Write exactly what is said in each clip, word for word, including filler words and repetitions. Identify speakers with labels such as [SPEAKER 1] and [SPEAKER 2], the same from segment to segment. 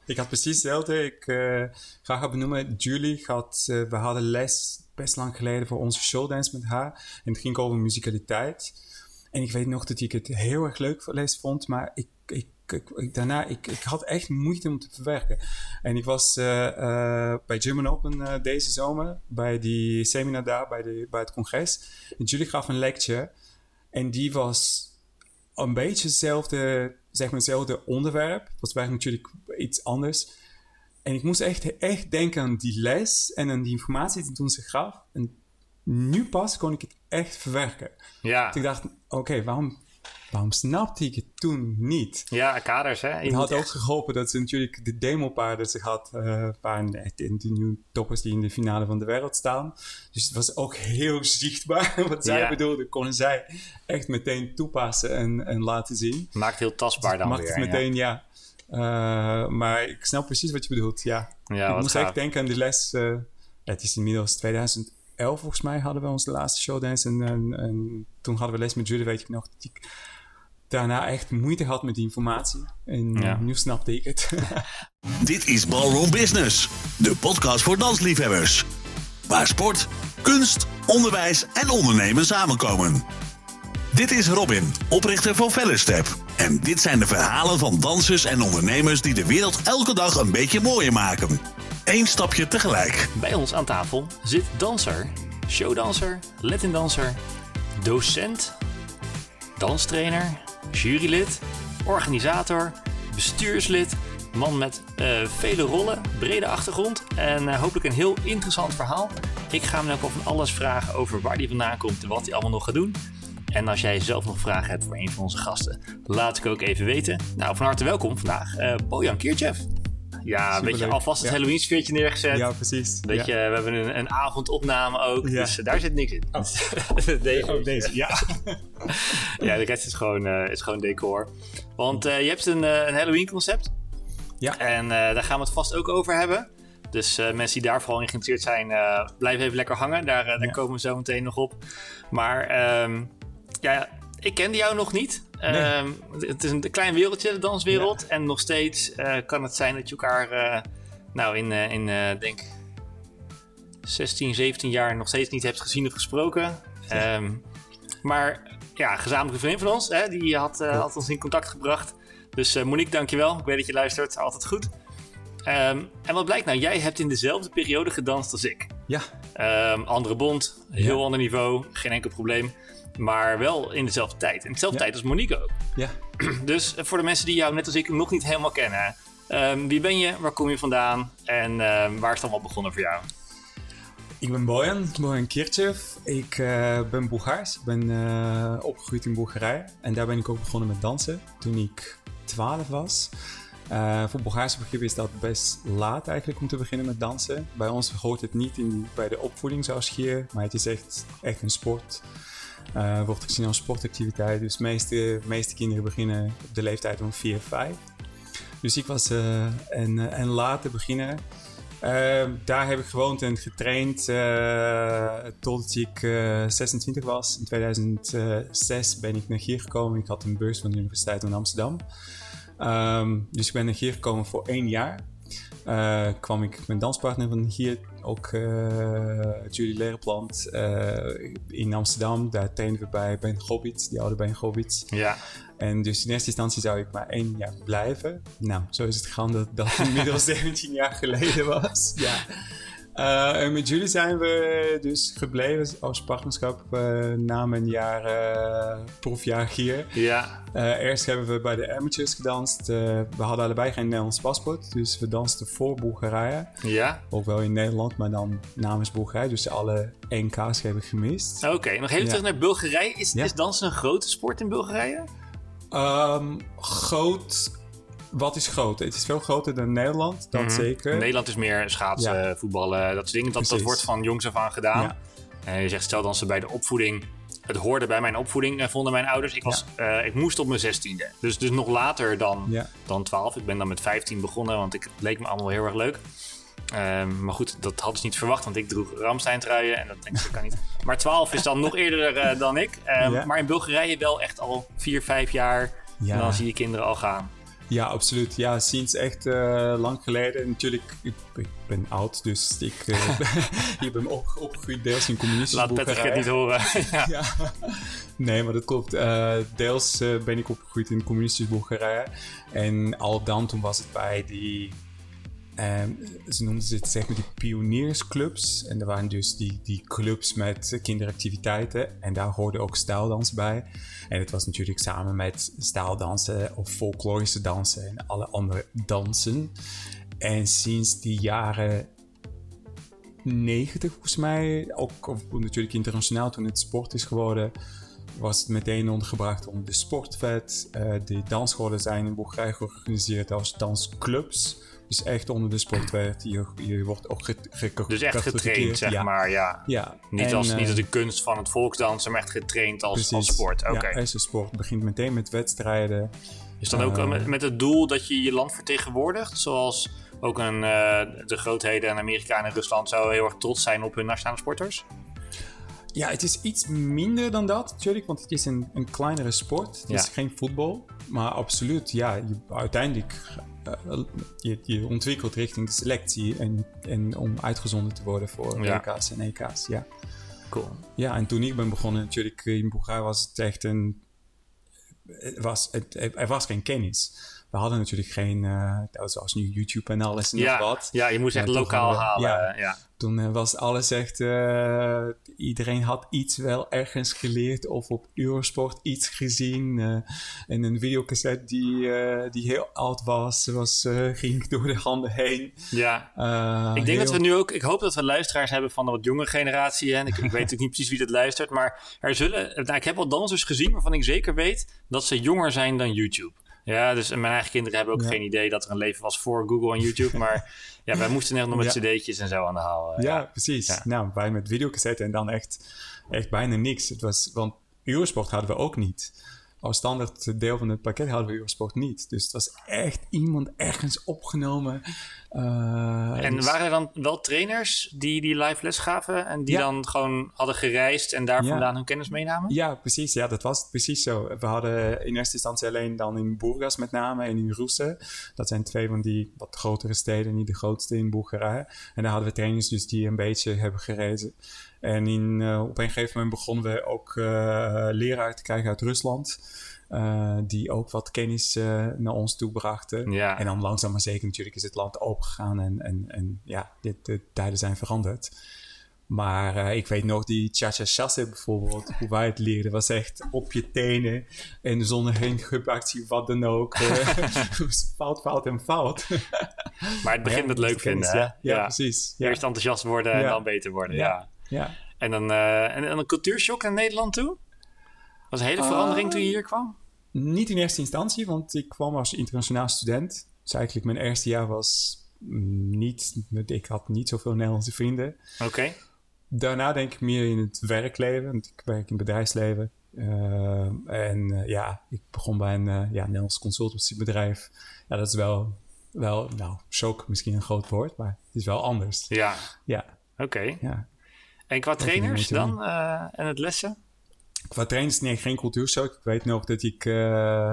[SPEAKER 1] Ik had precies hetzelfde. Ik uh, ga haar benoemen. Julie had, uh, we hadden les best lang geleden voor onze showdance met haar. En het ging over muzikaliteit. En ik weet nog dat ik het heel erg leuk voor les vond. Maar ik, ik, ik, ik, daarna, ik, ik had echt moeite om te verwerken. En ik was uh, uh, bij German Open uh, deze zomer. Bij die seminar daar, bij, de, bij het congres. En Julie gaf een lecture. En die was een beetje hetzelfde, zeg maar hetzelfde onderwerp. Het was eigenlijk natuurlijk iets anders. En ik moest echt, echt denken aan die les en aan die informatie die toen ze gaf. En nu pas kon ik het echt verwerken.
[SPEAKER 2] Ja.
[SPEAKER 1] Dus ik dacht, oké, okay, waarom, waarom snapte ik het toen niet?
[SPEAKER 2] Ja, kaders, hè? Je
[SPEAKER 1] het had
[SPEAKER 2] echt...
[SPEAKER 1] ook geholpen dat ze natuurlijk de demopaarden ze had, uh, waren echt de nieuwe toppers die in de finale van de wereld staan. Dus het was ook heel zichtbaar wat zij ja. bedoelde. Konden zij echt meteen toepassen en, en laten zien.
[SPEAKER 2] Maakt heel tastbaar dus dan
[SPEAKER 1] maakt
[SPEAKER 2] weer.
[SPEAKER 1] Het meteen, ja. ja. Uh, maar ik snap precies wat je bedoelt, ja.
[SPEAKER 2] ja
[SPEAKER 1] ik moest
[SPEAKER 2] gaaf.
[SPEAKER 1] echt denken aan die les. Uh, ja, het is inmiddels tweeduizend elf volgens mij hadden we onze laatste showdance. En, en, en toen hadden we les met Julie, weet ik nog, dat ik daarna echt moeite had met die informatie. En ja. nu snapte ik het.
[SPEAKER 3] Dit is Ballroom Business, de podcast voor dansliefhebbers. Waar sport, kunst, onderwijs en ondernemen samenkomen. Dit is Robin, oprichter van Fellerstep. En dit zijn de verhalen van dansers en ondernemers die de wereld elke dag een beetje mooier maken. Eén stapje tegelijk.
[SPEAKER 2] Bij ons aan tafel zit danser, showdanser, Latindanser, docent, danstrainer, jurylid, organisator, bestuurslid, man met uh, vele rollen, brede achtergrond en uh, hopelijk een heel interessant verhaal. Ik ga hem ook al van alles vragen over waar hij vandaan komt en wat hij allemaal nog gaat doen. En als jij zelf nog vragen hebt voor een van onze gasten, laat ik ook even weten. Nou, van harte welkom vandaag, uh, Bojan Kirchhoff. Ja, een beetje alvast het ja. Halloween sfeertje neergezet.
[SPEAKER 1] Ja, precies.
[SPEAKER 2] Weet
[SPEAKER 1] ja.
[SPEAKER 2] je, we hebben een, een avondopname ook, ja. dus uh, daar zit niks in.
[SPEAKER 1] Oh.
[SPEAKER 2] deze,
[SPEAKER 1] oh, deze, ja.
[SPEAKER 2] ja, de rest is gewoon, uh, is gewoon decor. Want uh, je hebt een, uh, een Halloween concept.
[SPEAKER 1] Ja.
[SPEAKER 2] En uh, daar gaan we het vast ook over hebben. Dus uh, mensen die daar vooral in geïnteresseerd zijn, uh, blijf even lekker hangen. Daar, uh, daar ja. komen we zo meteen nog op. Maar um, ja, ik kende jou nog niet. Nee. Um, het is een klein wereldje, de danswereld. Ja. En nog steeds uh, kan het zijn dat je elkaar uh, nou in, uh, in uh, denk zestien, zeventien jaar nog steeds niet hebt gezien of gesproken. Ja. Um, maar ja, gezamenlijke vriend van ons, hè, die had, uh, had ons in contact gebracht. Dus uh, Monique, dankjewel. Ik weet dat je luistert. Altijd goed. Um, en wat blijkt nou? Jij hebt in dezelfde periode gedanst als ik.
[SPEAKER 1] Ja.
[SPEAKER 2] Um, andere bond, heel ja. ander niveau, geen enkel probleem. Maar wel in dezelfde tijd. In dezelfde ja. tijd als Monique ook.
[SPEAKER 1] Ja.
[SPEAKER 2] Dus voor de mensen die jou net als ik nog niet helemaal kennen. Um, wie ben je? Waar kom je vandaan? En um, waar is het allemaal begonnen voor jou?
[SPEAKER 1] Ik ben Bojan, Bojan Kirchhoff. Ik uh, ben Bulgaars. Ik ben uh, opgegroeid in Bulgarije. En daar ben ik ook begonnen met dansen toen ik twaalf was. Uh, voor Bulgaarse begrippen is dat best laat eigenlijk om te beginnen met dansen. Bij ons hoort het niet in, bij de opvoeding zoals hier, maar het is echt, echt een sport. Uh, wordt gezien als sportactiviteit. Dus de meeste, meeste kinderen beginnen op de leeftijd van vier, vijf. Dus ik was uh, een, een late beginner. Uh, daar heb ik gewoond en getraind uh, totdat ik uh, zesentwintig was. In tweeduizend zes ben ik naar hier gekomen. Ik had een beurs van de Universiteit van Amsterdam. Um, dus ik ben naar hier gekomen voor één jaar. Uh, kwam ik met mijn danspartner van hier, ook uh, Julie Lerenplant, uh, in Amsterdam. Daar trainden we bij Ben Gobbits, die oude Ben Gobbits.
[SPEAKER 2] Ja.
[SPEAKER 1] En dus in eerste instantie zou ik maar één jaar blijven. Nou, zo is het gegaan dat dat inmiddels zeventien jaar geleden was. Ja. Uh, en met Julie zijn we dus gebleven als partnerschap uh, na mijn jaar uh, proefjaar hier.
[SPEAKER 2] Ja.
[SPEAKER 1] Uh, eerst hebben we bij de amateurs gedanst. Uh, we hadden allebei geen Nederlands paspoort, dus we dansten voor Bulgarije.
[SPEAKER 2] Ja.
[SPEAKER 1] Ook wel in Nederland, maar dan namens Bulgarije. Dus alle N K's heb ik gemist.
[SPEAKER 2] Oké, okay, nog even ja. terug naar Bulgarije. Is, ja. is dansen een grote sport in Bulgarije?
[SPEAKER 1] Um, groot... Wat is groot? Het is veel groter dan Nederland, dat mm-hmm. zeker.
[SPEAKER 2] Nederland is meer schaatsen, ja. voetballen, dat soort dingen. Dat, dat wordt van jongs af aan gedaan. Ja. En je zegt, stel dan ze bij de opvoeding... Het hoorde bij mijn opvoeding, vonden mijn ouders. Ik, was, ja. uh, ik moest op mijn zestiende. Dus, dus nog later dan, ja. dan twaalf. Ik ben dan met vijftien begonnen, want ik, het leek me allemaal heel erg leuk. Um, maar goed, dat hadden ze niet verwacht, want ik droeg Ramstein truien. En dat denk ik, dat kan niet. Maar twaalf is dan nog eerder uh, dan ik. Um, ja. Maar in Bulgarije wel echt al vier, vijf jaar. Ja. En dan zie je kinderen al gaan.
[SPEAKER 1] Ja, absoluut. Ja, sinds echt uh, lang geleden. Natuurlijk, ik, ik ben oud, dus ik, uh, ik ben op, opgegroeid deels in communistische
[SPEAKER 2] Laat
[SPEAKER 1] Bulgarije.
[SPEAKER 2] Patrick het niet horen. ja.
[SPEAKER 1] ja. Nee, maar dat klopt. Uh, deels uh, ben ik opgegroeid in communistische Bulgarije. En al dan, toen was het bij die... Um, ze noemden het zeg maar die pioniersclubs. En er waren dus die, die clubs met kinderactiviteiten. En daar hoorde ook stijldansen bij. En het was natuurlijk samen met stijldansen of folklorische dansen en alle andere dansen. En sinds die jaren negentig volgens mij, ook of natuurlijk internationaal toen het sport is geworden, was het meteen ondergebracht onder de sportwet. Uh, de dansscholen zijn in Bulgarije georganiseerd als dansclubs. Dus echt onder de sportwet. Je, je wordt ook ge- ge- ge-
[SPEAKER 2] Dus echt getraind, zeg ja. maar. Ja.
[SPEAKER 1] Ja.
[SPEAKER 2] Niet,
[SPEAKER 1] en,
[SPEAKER 2] als,
[SPEAKER 1] uh,
[SPEAKER 2] niet als de kunst van het volksdansen, maar echt getraind als, als sport. Oké.
[SPEAKER 1] Okay. Ja, als een sport. Het begint meteen met wedstrijden.
[SPEAKER 2] Is dan ook uh, met, met het doel dat je je land vertegenwoordigt? Zoals ook een, uh, de grootheden in Amerika en Rusland zo heel erg trots zijn op hun nationale sporters?
[SPEAKER 1] Ja, het is iets minder dan dat natuurlijk, want het is een, een kleinere sport. Het ja. is geen voetbal, maar absoluut, ja, je, uiteindelijk uh, je, je ontwikkelt richting de selectie en, en om uitgezonden te worden voor ja. W K's en E K's, ja.
[SPEAKER 2] Cool.
[SPEAKER 1] Ja, en toen ik ben begonnen natuurlijk in Bulgarije was het echt een... Het was, het, er was geen kennis. We hadden natuurlijk geen, uh, zoals nu YouTube en alles en
[SPEAKER 2] ja,
[SPEAKER 1] nog wat.
[SPEAKER 2] Ja, je moest echt ja, lokaal we, halen. Ja, ja.
[SPEAKER 1] Toen uh, was alles echt... Uh, iedereen had iets wel ergens geleerd of op Eurosport iets gezien. Uh, en een videocassette die, uh, die heel oud was, was uh, ging door de handen heen.
[SPEAKER 2] Ja, uh, ik denk heel... dat we nu ook... Ik hoop dat we luisteraars hebben van de wat jonge generatie. Hè? Ik, ik weet natuurlijk niet precies wie dat luistert, maar er zullen... Nou, ik heb wel dansers gezien waarvan ik zeker weet dat ze jonger zijn dan YouTube. Ja, dus mijn eigen kinderen hebben ook ja. geen idee dat er een leven was voor Google en YouTube. Maar ja, wij moesten echt nog met ja. cd'tjes en zo aan de haal.
[SPEAKER 1] Ja, ja, precies. Ja. Nou, wij met videocassetten en dan echt, echt bijna niks. Het was, want Eurosport hadden we ook niet. Als standaard deel van het pakket hadden we Eurosport niet. Dus het was echt iemand ergens opgenomen. Uh,
[SPEAKER 2] en
[SPEAKER 1] dus...
[SPEAKER 2] waren er dan wel trainers die die live les gaven en die ja. dan gewoon hadden gereisd en daar
[SPEAKER 1] ja.
[SPEAKER 2] vandaan hun kennis meenamen?
[SPEAKER 1] Ja, precies. Ja, dat was precies zo. We hadden in eerste instantie alleen dan in Burgas met name en in Russe. Dat zijn twee van die wat grotere steden, niet de grootste in Bulgarije. En daar hadden we trainers dus die een beetje hebben gerezen. En in, uh, op een gegeven moment begonnen we ook uh, leraar te krijgen uit Rusland. Uh, die ook wat kennis uh, naar ons toe brachten.
[SPEAKER 2] Ja.
[SPEAKER 1] En dan langzaam maar zeker natuurlijk is het land opengegaan. En, en, en ja, de, de tijden zijn veranderd. Maar uh, ik weet nog die cha-cha-chasse bijvoorbeeld. Hoe wij het leerden was echt op je tenen. En zonder geen gubactie, wat dan ook. fout, fout en fout.
[SPEAKER 2] Maar het begint ja, met leuk vinden. Hè?
[SPEAKER 1] Ja, ja, ja, precies. Ja.
[SPEAKER 2] Eerst enthousiast worden en ja. dan beter worden. Ja. ja.
[SPEAKER 1] ja.
[SPEAKER 2] En dan uh, en, en een cultuurshock naar Nederland toe? Was een hele verandering uh, toen je hier kwam?
[SPEAKER 1] Niet in eerste instantie, want ik kwam als internationaal student. Dus eigenlijk mijn eerste jaar was niet... Ik had niet zoveel Nederlandse vrienden.
[SPEAKER 2] Oké. Okay.
[SPEAKER 1] Daarna denk ik meer in het werkleven. Want ik werk in het bedrijfsleven. Uh, en uh, ja, ik begon bij een uh, ja, Nederlands consultancybedrijf. Ja, dat is wel... wel nou, shock misschien een groot woord, maar het is wel anders.
[SPEAKER 2] Ja.
[SPEAKER 1] Ja.
[SPEAKER 2] Oké. Okay.
[SPEAKER 1] Ja.
[SPEAKER 2] En qua trainers dan? Uh, en het lessen?
[SPEAKER 1] Qua trainers, nee, geen cultuurshock. Ik weet nog dat ik uh,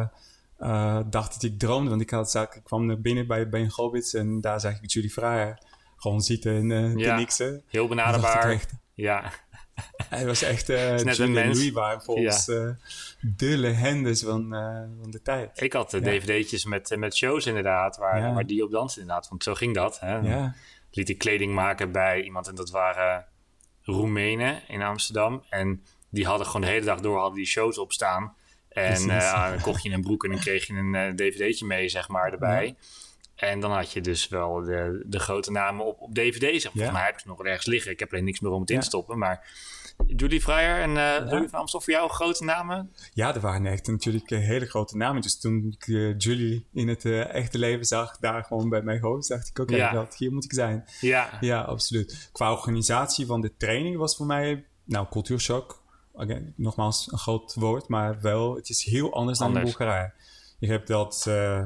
[SPEAKER 1] uh, dacht dat ik droomde. Want ik, had, ik kwam naar binnen bij Ben Gobits en daar zag ik Julie Vrijer gewoon zitten en uh,
[SPEAKER 2] ja,
[SPEAKER 1] te niksen.
[SPEAKER 2] Heel benaderbaar. Echt,
[SPEAKER 1] ja. Hij was echt... Uh, Julie en Louis waren volgens ja. uh, de legendes van, uh, van de tijd.
[SPEAKER 2] Ik had uh, ja. dvd'tjes met, uh, met shows inderdaad, waar, ja. waar die op dansen inderdaad. Want zo ging dat. Hè?
[SPEAKER 1] Ja.
[SPEAKER 2] Liet ik kleding maken bij iemand en dat waren Roemenen in Amsterdam. En die hadden gewoon de hele dag door hadden die shows opstaan. En uh, dan kocht je een broek en dan kreeg je een uh, dvd'tje mee, zeg maar, erbij. Ja. En dan had je dus wel de, de grote namen op, op dvd. Zeg. Volgens ja. mij heb ik ze nog ergens liggen. Ik heb alleen niks meer om het ja. in te stoppen. Maar Julie Vrijer en uh, ja. Louis van Amstel, voor jou grote namen?
[SPEAKER 1] Ja, er waren echt natuurlijk uh, hele grote namen. Dus toen ik uh, Julie in het uh, echte leven zag, daar gewoon bij mijn hoofd, dacht ik, oké, okay, ja. hier moet ik zijn.
[SPEAKER 2] Ja.
[SPEAKER 1] Ja, absoluut. Qua organisatie van de training was voor mij, nou, cultuurshock. Okay, nogmaals, een groot woord, maar wel, het is heel anders, anders. dan in Bulgarije. Je hebt dat, uh,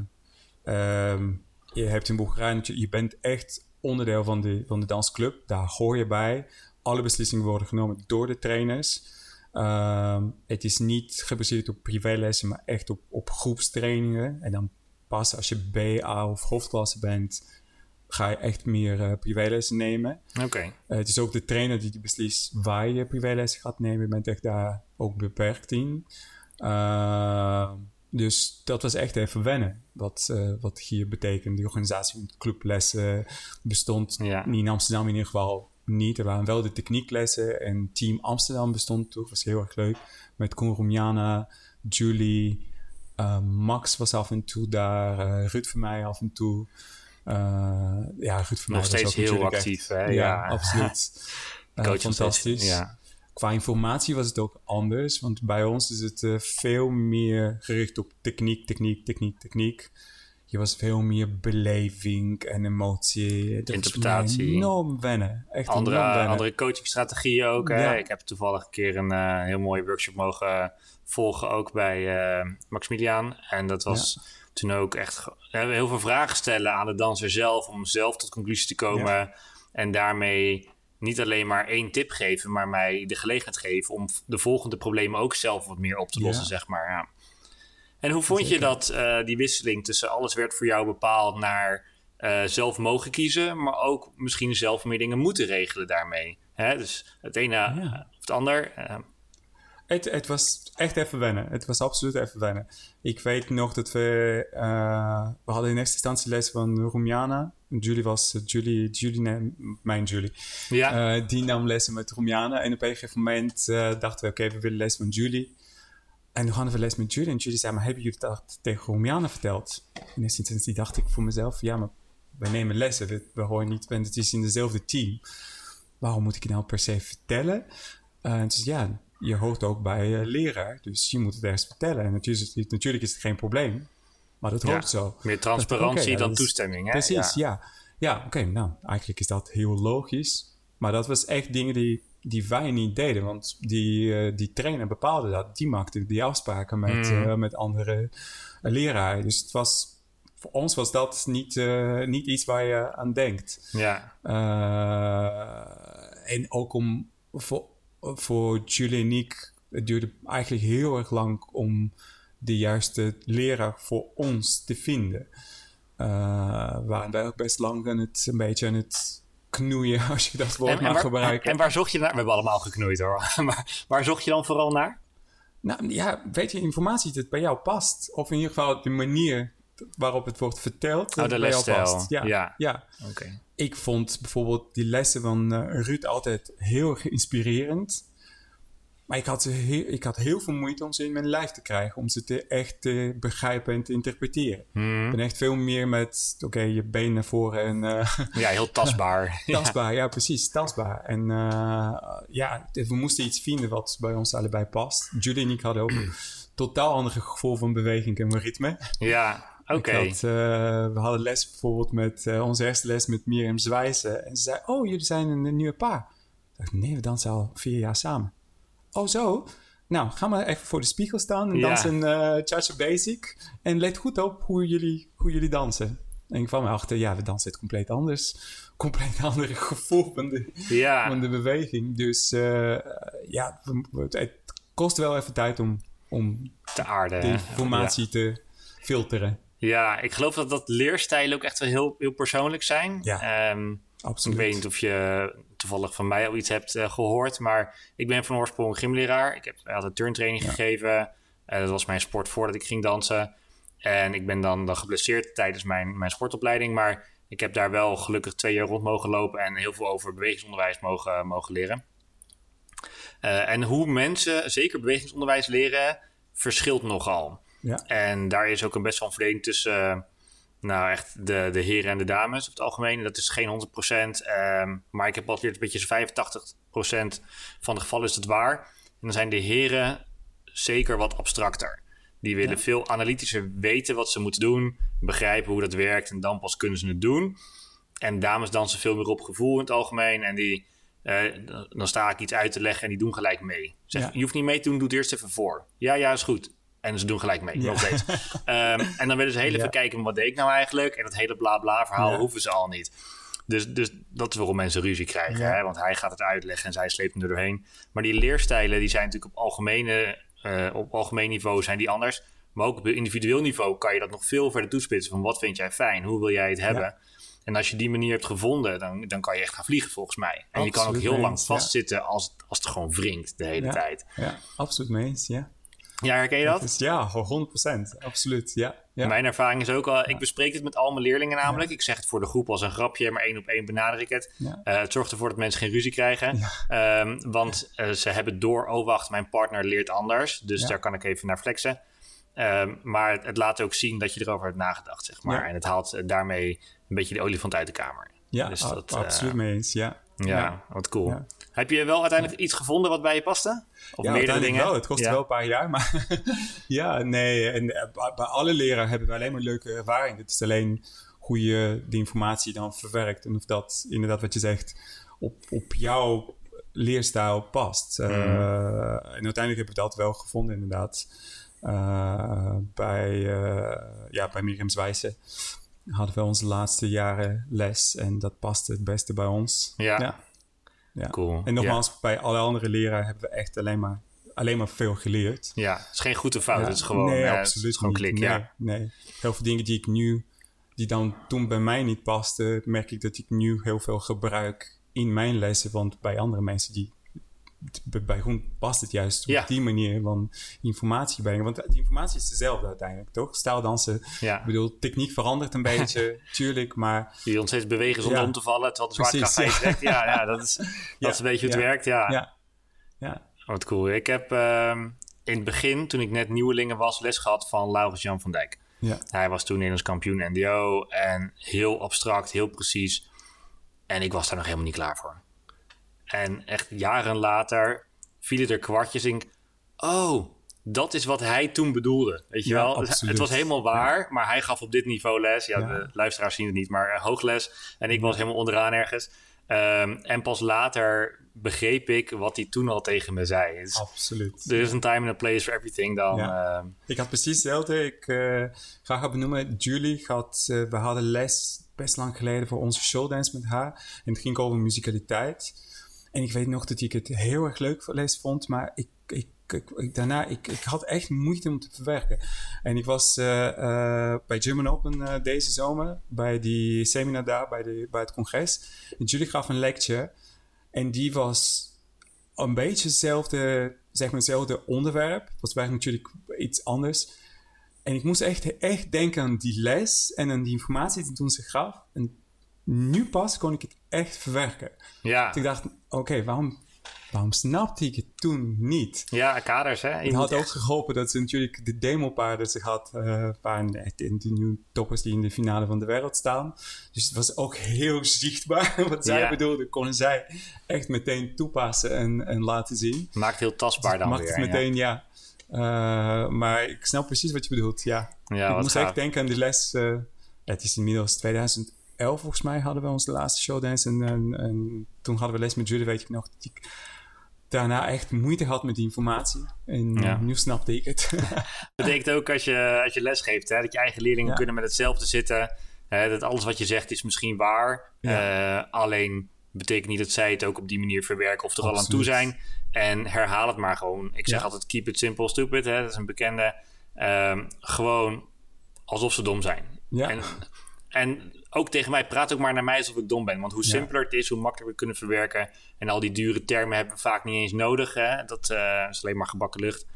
[SPEAKER 1] um, je hebt in Bulgarije, je bent echt onderdeel van de, van de dansclub. Daar hoor je bij. Alle beslissingen worden genomen door de trainers. Um, het is niet gebaseerd op privélessen, maar echt op, op groepstrainingen. En dan pas als je B A of hoofdklasse bent, ga je echt meer uh, privélessen nemen.
[SPEAKER 2] Oké. Okay.
[SPEAKER 1] Uh, het is ook de trainer die beslist waar je privélessen gaat nemen. Je bent echt daar ook beperkt in. Uh, dus dat was echt even wennen. Wat, uh, wat hier betekent. Die organisatie met clublessen bestond ja. in Amsterdam in ieder geval niet. Er waren wel de technieklessen. En Team Amsterdam bestond toen. Dat was heel erg leuk. Met Koen Romjana, Julie, uh, Max was af en toe daar. Uh, Ruud van mij af en toe. Uh, ja, Ruud van mij
[SPEAKER 2] nog steeds heel actief.
[SPEAKER 1] Echt,
[SPEAKER 2] hè?
[SPEAKER 1] Ja, ja, absoluut. Uh, fantastisch.
[SPEAKER 2] Steeds, ja.
[SPEAKER 1] Qua informatie was het ook anders. Want bij ons is het uh, veel meer gericht op techniek, techniek, techniek, techniek. Je was veel meer beleving en emotie. Dat
[SPEAKER 2] interpretatie.
[SPEAKER 1] Enorm wennen. Echt
[SPEAKER 2] andere,
[SPEAKER 1] enorm wennen.
[SPEAKER 2] andere coachingstrategieën ook. Hè?
[SPEAKER 1] Ja.
[SPEAKER 2] Ik heb toevallig een keer een uh, heel mooie workshop mogen volgen. Ook bij uh, Maximiliaan. En dat was... Ja. Toen ook echt heel veel vragen stellen aan de danser zelf... om zelf tot conclusie te komen. Ja. En daarmee niet alleen maar één tip geven... maar mij de gelegenheid geven... om de volgende problemen ook zelf wat meer op te lossen, ja. zeg maar. Ja. En hoe vond Zeker. je dat uh, die wisseling tussen... alles werd voor jou bepaald naar uh, zelf mogen kiezen... maar ook misschien zelf meer dingen moeten regelen daarmee? Hè? Dus het ene ja. of het ander... Uh,
[SPEAKER 1] Het, het was echt even wennen. Het was absoluut even wennen. Ik weet nog dat we... Uh, we hadden in eerste instantie les van Romjana. Julie was... Uh, Julie, Julie nee, mijn Julie.
[SPEAKER 2] Ja.
[SPEAKER 1] Uh, die nam lessen met Romjana. En op een gegeven moment uh, dachten we... Oké, okay, we willen les van Julie. En toen hadden we les met Julie. En Julie zei... Maar hebben jullie dat tegen Romjana verteld? In eerste instantie dacht ik voor mezelf... Ja, maar we nemen lessen. We, we horen niet... Het is in dezelfde team. Waarom moet ik het nou per se vertellen? Uh, en dus ja... Je hoort ook bij uh, leraar, dus je moet het ergens vertellen. En natuurlijk, natuurlijk is het geen probleem, maar dat hoort ja, zo.
[SPEAKER 2] Meer transparantie okay, ja, dan is, toestemming, hè?
[SPEAKER 1] Precies, ja. Ja, ja oké, okay, nou, eigenlijk is dat heel logisch. Maar dat was echt dingen die, die wij niet deden. Want die, uh, die trainer bepaalde dat. Die maakte die afspraken met, mm. uh, met andere uh, leraren. Dus het was... Voor ons was dat niet, uh, niet iets waar je aan denkt.
[SPEAKER 2] Ja.
[SPEAKER 1] Uh, en ook om... Voor, Voor Julie en ik, het duurde eigenlijk heel erg lang om de juiste leraar voor ons te vinden. Uh, waren wij ook best lang aan het, een beetje aan het knoeien, als je dat woord
[SPEAKER 2] en, en
[SPEAKER 1] mag
[SPEAKER 2] waar,
[SPEAKER 1] gebruiken.
[SPEAKER 2] En waar zocht je naar? We hebben allemaal geknoeid hoor. Maar waar zocht je dan vooral naar?
[SPEAKER 1] Nou ja, weet je, informatie dat bij jou past. Of in ieder geval de manier waarop het wordt verteld.
[SPEAKER 2] Oh, de
[SPEAKER 1] bij jou
[SPEAKER 2] past.
[SPEAKER 1] Ja, ja. ja.
[SPEAKER 2] Okay.
[SPEAKER 1] Ik vond bijvoorbeeld die lessen van uh, Ruud altijd heel inspirerend. Maar ik had, heel, ik had heel veel moeite om ze in mijn lijf te krijgen. Om ze te, echt te begrijpen en te interpreteren. Hmm. Ik ben echt veel meer met, oké, okay, je been naar voren en... Uh,
[SPEAKER 2] ja, heel tastbaar.
[SPEAKER 1] tastbaar, ja precies, tastbaar. En uh, ja, we moesten iets vinden wat bij ons allebei past. Julie en ik hadden ook een totaal ander gevoel van beweging en ritme.
[SPEAKER 2] Ja, oké. Okay.
[SPEAKER 1] Uh, we hadden les bijvoorbeeld met uh, onze eerste les met Mirjam Zwijsen. En ze zei, oh, jullie zijn een, een nieuwe paar. Ik dacht, nee, we dansen al vier jaar samen. Oh, zo? Nou, ga maar even voor de spiegel staan en ja. dansen uh, Cha-Cha Basic. En let goed op hoe jullie, hoe jullie dansen. En ik kwam erachter, ja, we dansen het compleet anders. Compleet andere gevoel van de, ja. van de beweging. Dus uh, ja, het kost wel even tijd om, om
[SPEAKER 2] te aarden,
[SPEAKER 1] de informatie ja. te filteren.
[SPEAKER 2] Ja, ik geloof dat dat leerstijlen ook echt wel heel, heel persoonlijk zijn.
[SPEAKER 1] Ja,
[SPEAKER 2] um,
[SPEAKER 1] absoluut.
[SPEAKER 2] Ik weet niet of je toevallig van mij al iets hebt uh, gehoord, maar ik ben van oorsprong gymleraar. Ik heb altijd turntraining ja. gegeven. Uh, dat was mijn sport voordat ik ging dansen. En ik ben dan, dan geblesseerd tijdens mijn, mijn sportopleiding, maar ik heb daar wel gelukkig twee jaar rond mogen lopen en heel veel over bewegingsonderwijs mogen, mogen leren. Uh, en hoe mensen, zeker bewegingsonderwijs leren, verschilt nogal. Ja. En daar is ook een best wel een verdeling tussen uh, nou echt de, de heren en de dames op het algemeen. Dat is geen honderd procent. Um, maar ik heb altijd een beetje vijfentachtig procent van de gevallen is het waar. En dan zijn de heren zeker wat abstracter. Die willen ja. veel analytischer weten wat ze moeten doen. Begrijpen hoe dat werkt en dan pas kunnen ze het doen. En dames dansen veel meer op gevoel in het algemeen. En die, uh, dan sta ik iets uit te leggen en die doen gelijk mee. Zeg, ja. Je hoeft niet mee te doen, doe het eerst even voor. Ja, ja, is goed. En ze doen gelijk mee, ja. nog steeds. um, en dan willen ze heel even ja. kijken, wat deed ik nou eigenlijk? En dat hele bla bla verhaal ja. hoeven ze al niet. Dus, dus dat is waarom mensen ruzie krijgen. Ja. Hè? Want hij gaat het uitleggen en zij sleept hem er doorheen. Maar die leerstijlen die zijn natuurlijk op, algemene, uh, op algemeen niveau zijn die anders. Maar ook op individueel niveau kan je dat nog veel verder toespitsen. Van wat vind jij fijn? Hoe wil jij het hebben? Ja. En als je die manier hebt gevonden, dan, dan kan je echt gaan vliegen volgens mij. En absoluut je kan ook heel lang vastzitten ja. als, als het gewoon wringt de hele
[SPEAKER 1] ja.
[SPEAKER 2] tijd.
[SPEAKER 1] Ja, absoluut mee eens, ja.
[SPEAKER 2] Ja, herken je dat?
[SPEAKER 1] dat is, ja, honderd procent. Absoluut, ja, ja.
[SPEAKER 2] Mijn ervaring is ook al... Ja. Ik bespreek het met al mijn leerlingen namelijk. Ja. Ik zeg het voor de groep als een grapje, maar één op één benader ik het. Ja. Uh, het zorgt ervoor dat mensen geen ruzie krijgen. Ja. Um, want uh, ze hebben door... Oh, wacht, mijn partner leert anders. Dus ja. daar kan ik even naar flexen. Um, maar het, het laat ook zien dat je erover hebt nagedacht, zeg maar. Ja. En het haalt uh, daarmee een beetje de olifant uit de kamer.
[SPEAKER 1] Ja, dus dat, a- absoluut uh, mee eens, ja.
[SPEAKER 2] Ja, ja, wat cool. Ja. Heb je wel uiteindelijk iets gevonden wat bij je paste? Of
[SPEAKER 1] ja,
[SPEAKER 2] meerdere dingen?
[SPEAKER 1] Wel. Het kost ja. wel een paar jaar, maar ja, nee. En bij alle leraren hebben we alleen maar leuke ervaring. Het is alleen hoe je die informatie dan verwerkt en of dat inderdaad wat je zegt op, op jouw leerstijl past. Mm. Uh, en uiteindelijk hebben we dat wel gevonden, inderdaad. Uh, bij, uh, ja, bij Miriam Zwijsen hadden we onze laatste jaren les en dat paste het beste bij ons.
[SPEAKER 2] Ja,
[SPEAKER 1] ja. ja.
[SPEAKER 2] Cool.
[SPEAKER 1] En nogmaals,
[SPEAKER 2] ja.
[SPEAKER 1] bij alle andere leraren hebben we echt alleen maar, alleen maar veel geleerd.
[SPEAKER 2] Ja, het is geen goed of fout, ja. het is gewoon,
[SPEAKER 1] nee,
[SPEAKER 2] ja,
[SPEAKER 1] absoluut
[SPEAKER 2] het is gewoon
[SPEAKER 1] niet.
[SPEAKER 2] klik.
[SPEAKER 1] Nee,
[SPEAKER 2] ja.
[SPEAKER 1] nee, heel veel dingen die ik nu, die dan toen bij mij niet pasten, merk ik dat ik nu heel veel gebruik in mijn lessen, want bij andere mensen die bij hun past het juist
[SPEAKER 2] ja.
[SPEAKER 1] op die manier van informatie brengen. Want die informatie is dezelfde uiteindelijk, toch? Stijldansen,
[SPEAKER 2] ja.
[SPEAKER 1] ik bedoel, techniek verandert een beetje, tuurlijk, maar...
[SPEAKER 2] Je ons steeds bewegen zonder ja. om te vallen, terwijl de zwaartekracht aan je trekt. Ja, ja, dat is, dat ja. is een beetje hoe het
[SPEAKER 1] ja.
[SPEAKER 2] werkt, ja.
[SPEAKER 1] Ja. ja.
[SPEAKER 2] Wat cool. Ik heb uh, in het begin, toen ik net nieuwelingen was, les gehad van Laurens Jan van Dijk.
[SPEAKER 1] Ja.
[SPEAKER 2] Hij was toen Nederlands kampioen N D O en heel abstract, heel precies. En ik was daar nog helemaal niet klaar voor. En echt jaren later vielen er kwartjes in. Oh, dat is wat hij toen bedoelde. Weet je
[SPEAKER 1] ja,
[SPEAKER 2] wel?
[SPEAKER 1] Absoluut.
[SPEAKER 2] Het was helemaal waar, ja. maar hij gaf op dit niveau les. Ja,
[SPEAKER 1] ja.
[SPEAKER 2] de luisteraars zien het niet, maar uh, hoogles. En ik was helemaal onderaan ergens. Um, en pas later begreep ik wat hij toen al tegen me zei. Dus
[SPEAKER 1] absoluut.
[SPEAKER 2] Er is een time and a place for everything dan.
[SPEAKER 1] Ja. Uh, ik had precies hetzelfde. Ik uh, ga haar benoemen. Julie had, uh, we hadden les best lang geleden voor onze showdance met haar. En het ging over muzikaliteit. En ik weet nog dat ik het heel erg leuk les vond, maar ik, ik, ik, ik daarna, ik, ik had echt moeite om te verwerken. En ik was uh, uh, bij German Open uh, deze zomer, bij die seminar daar, bij, de, bij het congres. En Julie gaf een lecture en die was een beetje hetzelfde, zeg maar hetzelfde onderwerp. Het was eigenlijk natuurlijk iets anders. En ik moest echt, echt denken aan die les en aan die informatie die toen ze gaf. En nu pas kon ik het echt verwerken.
[SPEAKER 2] Ja.
[SPEAKER 1] Dus ik dacht, oké, okay, waarom, waarom snapte ik het toen niet?
[SPEAKER 2] Ja, kaders, hè?
[SPEAKER 1] Het had ook echt... geholpen dat ze natuurlijk de demopaarden zich had, uh, waren echt de, de nieuwe toppers die in de finale van de wereld staan. Dus het was ook heel zichtbaar wat zij ja. bedoelde. Konden zij echt meteen toepassen en, en laten zien.
[SPEAKER 2] Maakt heel tastbaar dus dan
[SPEAKER 1] maakt
[SPEAKER 2] weer.
[SPEAKER 1] Het meteen, ja. ja. Uh, maar ik snap precies wat je bedoelt, ja.
[SPEAKER 2] ja
[SPEAKER 1] ik moest
[SPEAKER 2] gaaf.
[SPEAKER 1] echt denken aan die les. Uh, het is inmiddels tweeduizend elf volgens mij hadden we onze laatste showdance. En, en, en toen hadden we les met Julie, weet ik nog, dat ik daarna echt moeite had met die informatie. En ja. nu snapte ik het.
[SPEAKER 2] Dat betekent ook als je, als je les geeft, hè, dat je eigen leerlingen ja. kunnen met hetzelfde zitten. Hè, dat alles wat je zegt is misschien waar. Ja. Uh, alleen betekent niet dat zij het ook op die manier verwerken of er al aan toe zijn. En herhaal het maar gewoon. Ik zeg ja. altijd keep it simple, stupid. Hè, dat is een bekende. Um, gewoon alsof ze dom zijn.
[SPEAKER 1] Ja.
[SPEAKER 2] En, en ook tegen mij, praat ook maar naar mij alsof ik dom ben. Want hoe simpeler ja. het is, hoe makkelijker we kunnen verwerken. En al die dure termen hebben we vaak niet eens nodig. Hè? Dat uh, is alleen maar gebakken lucht.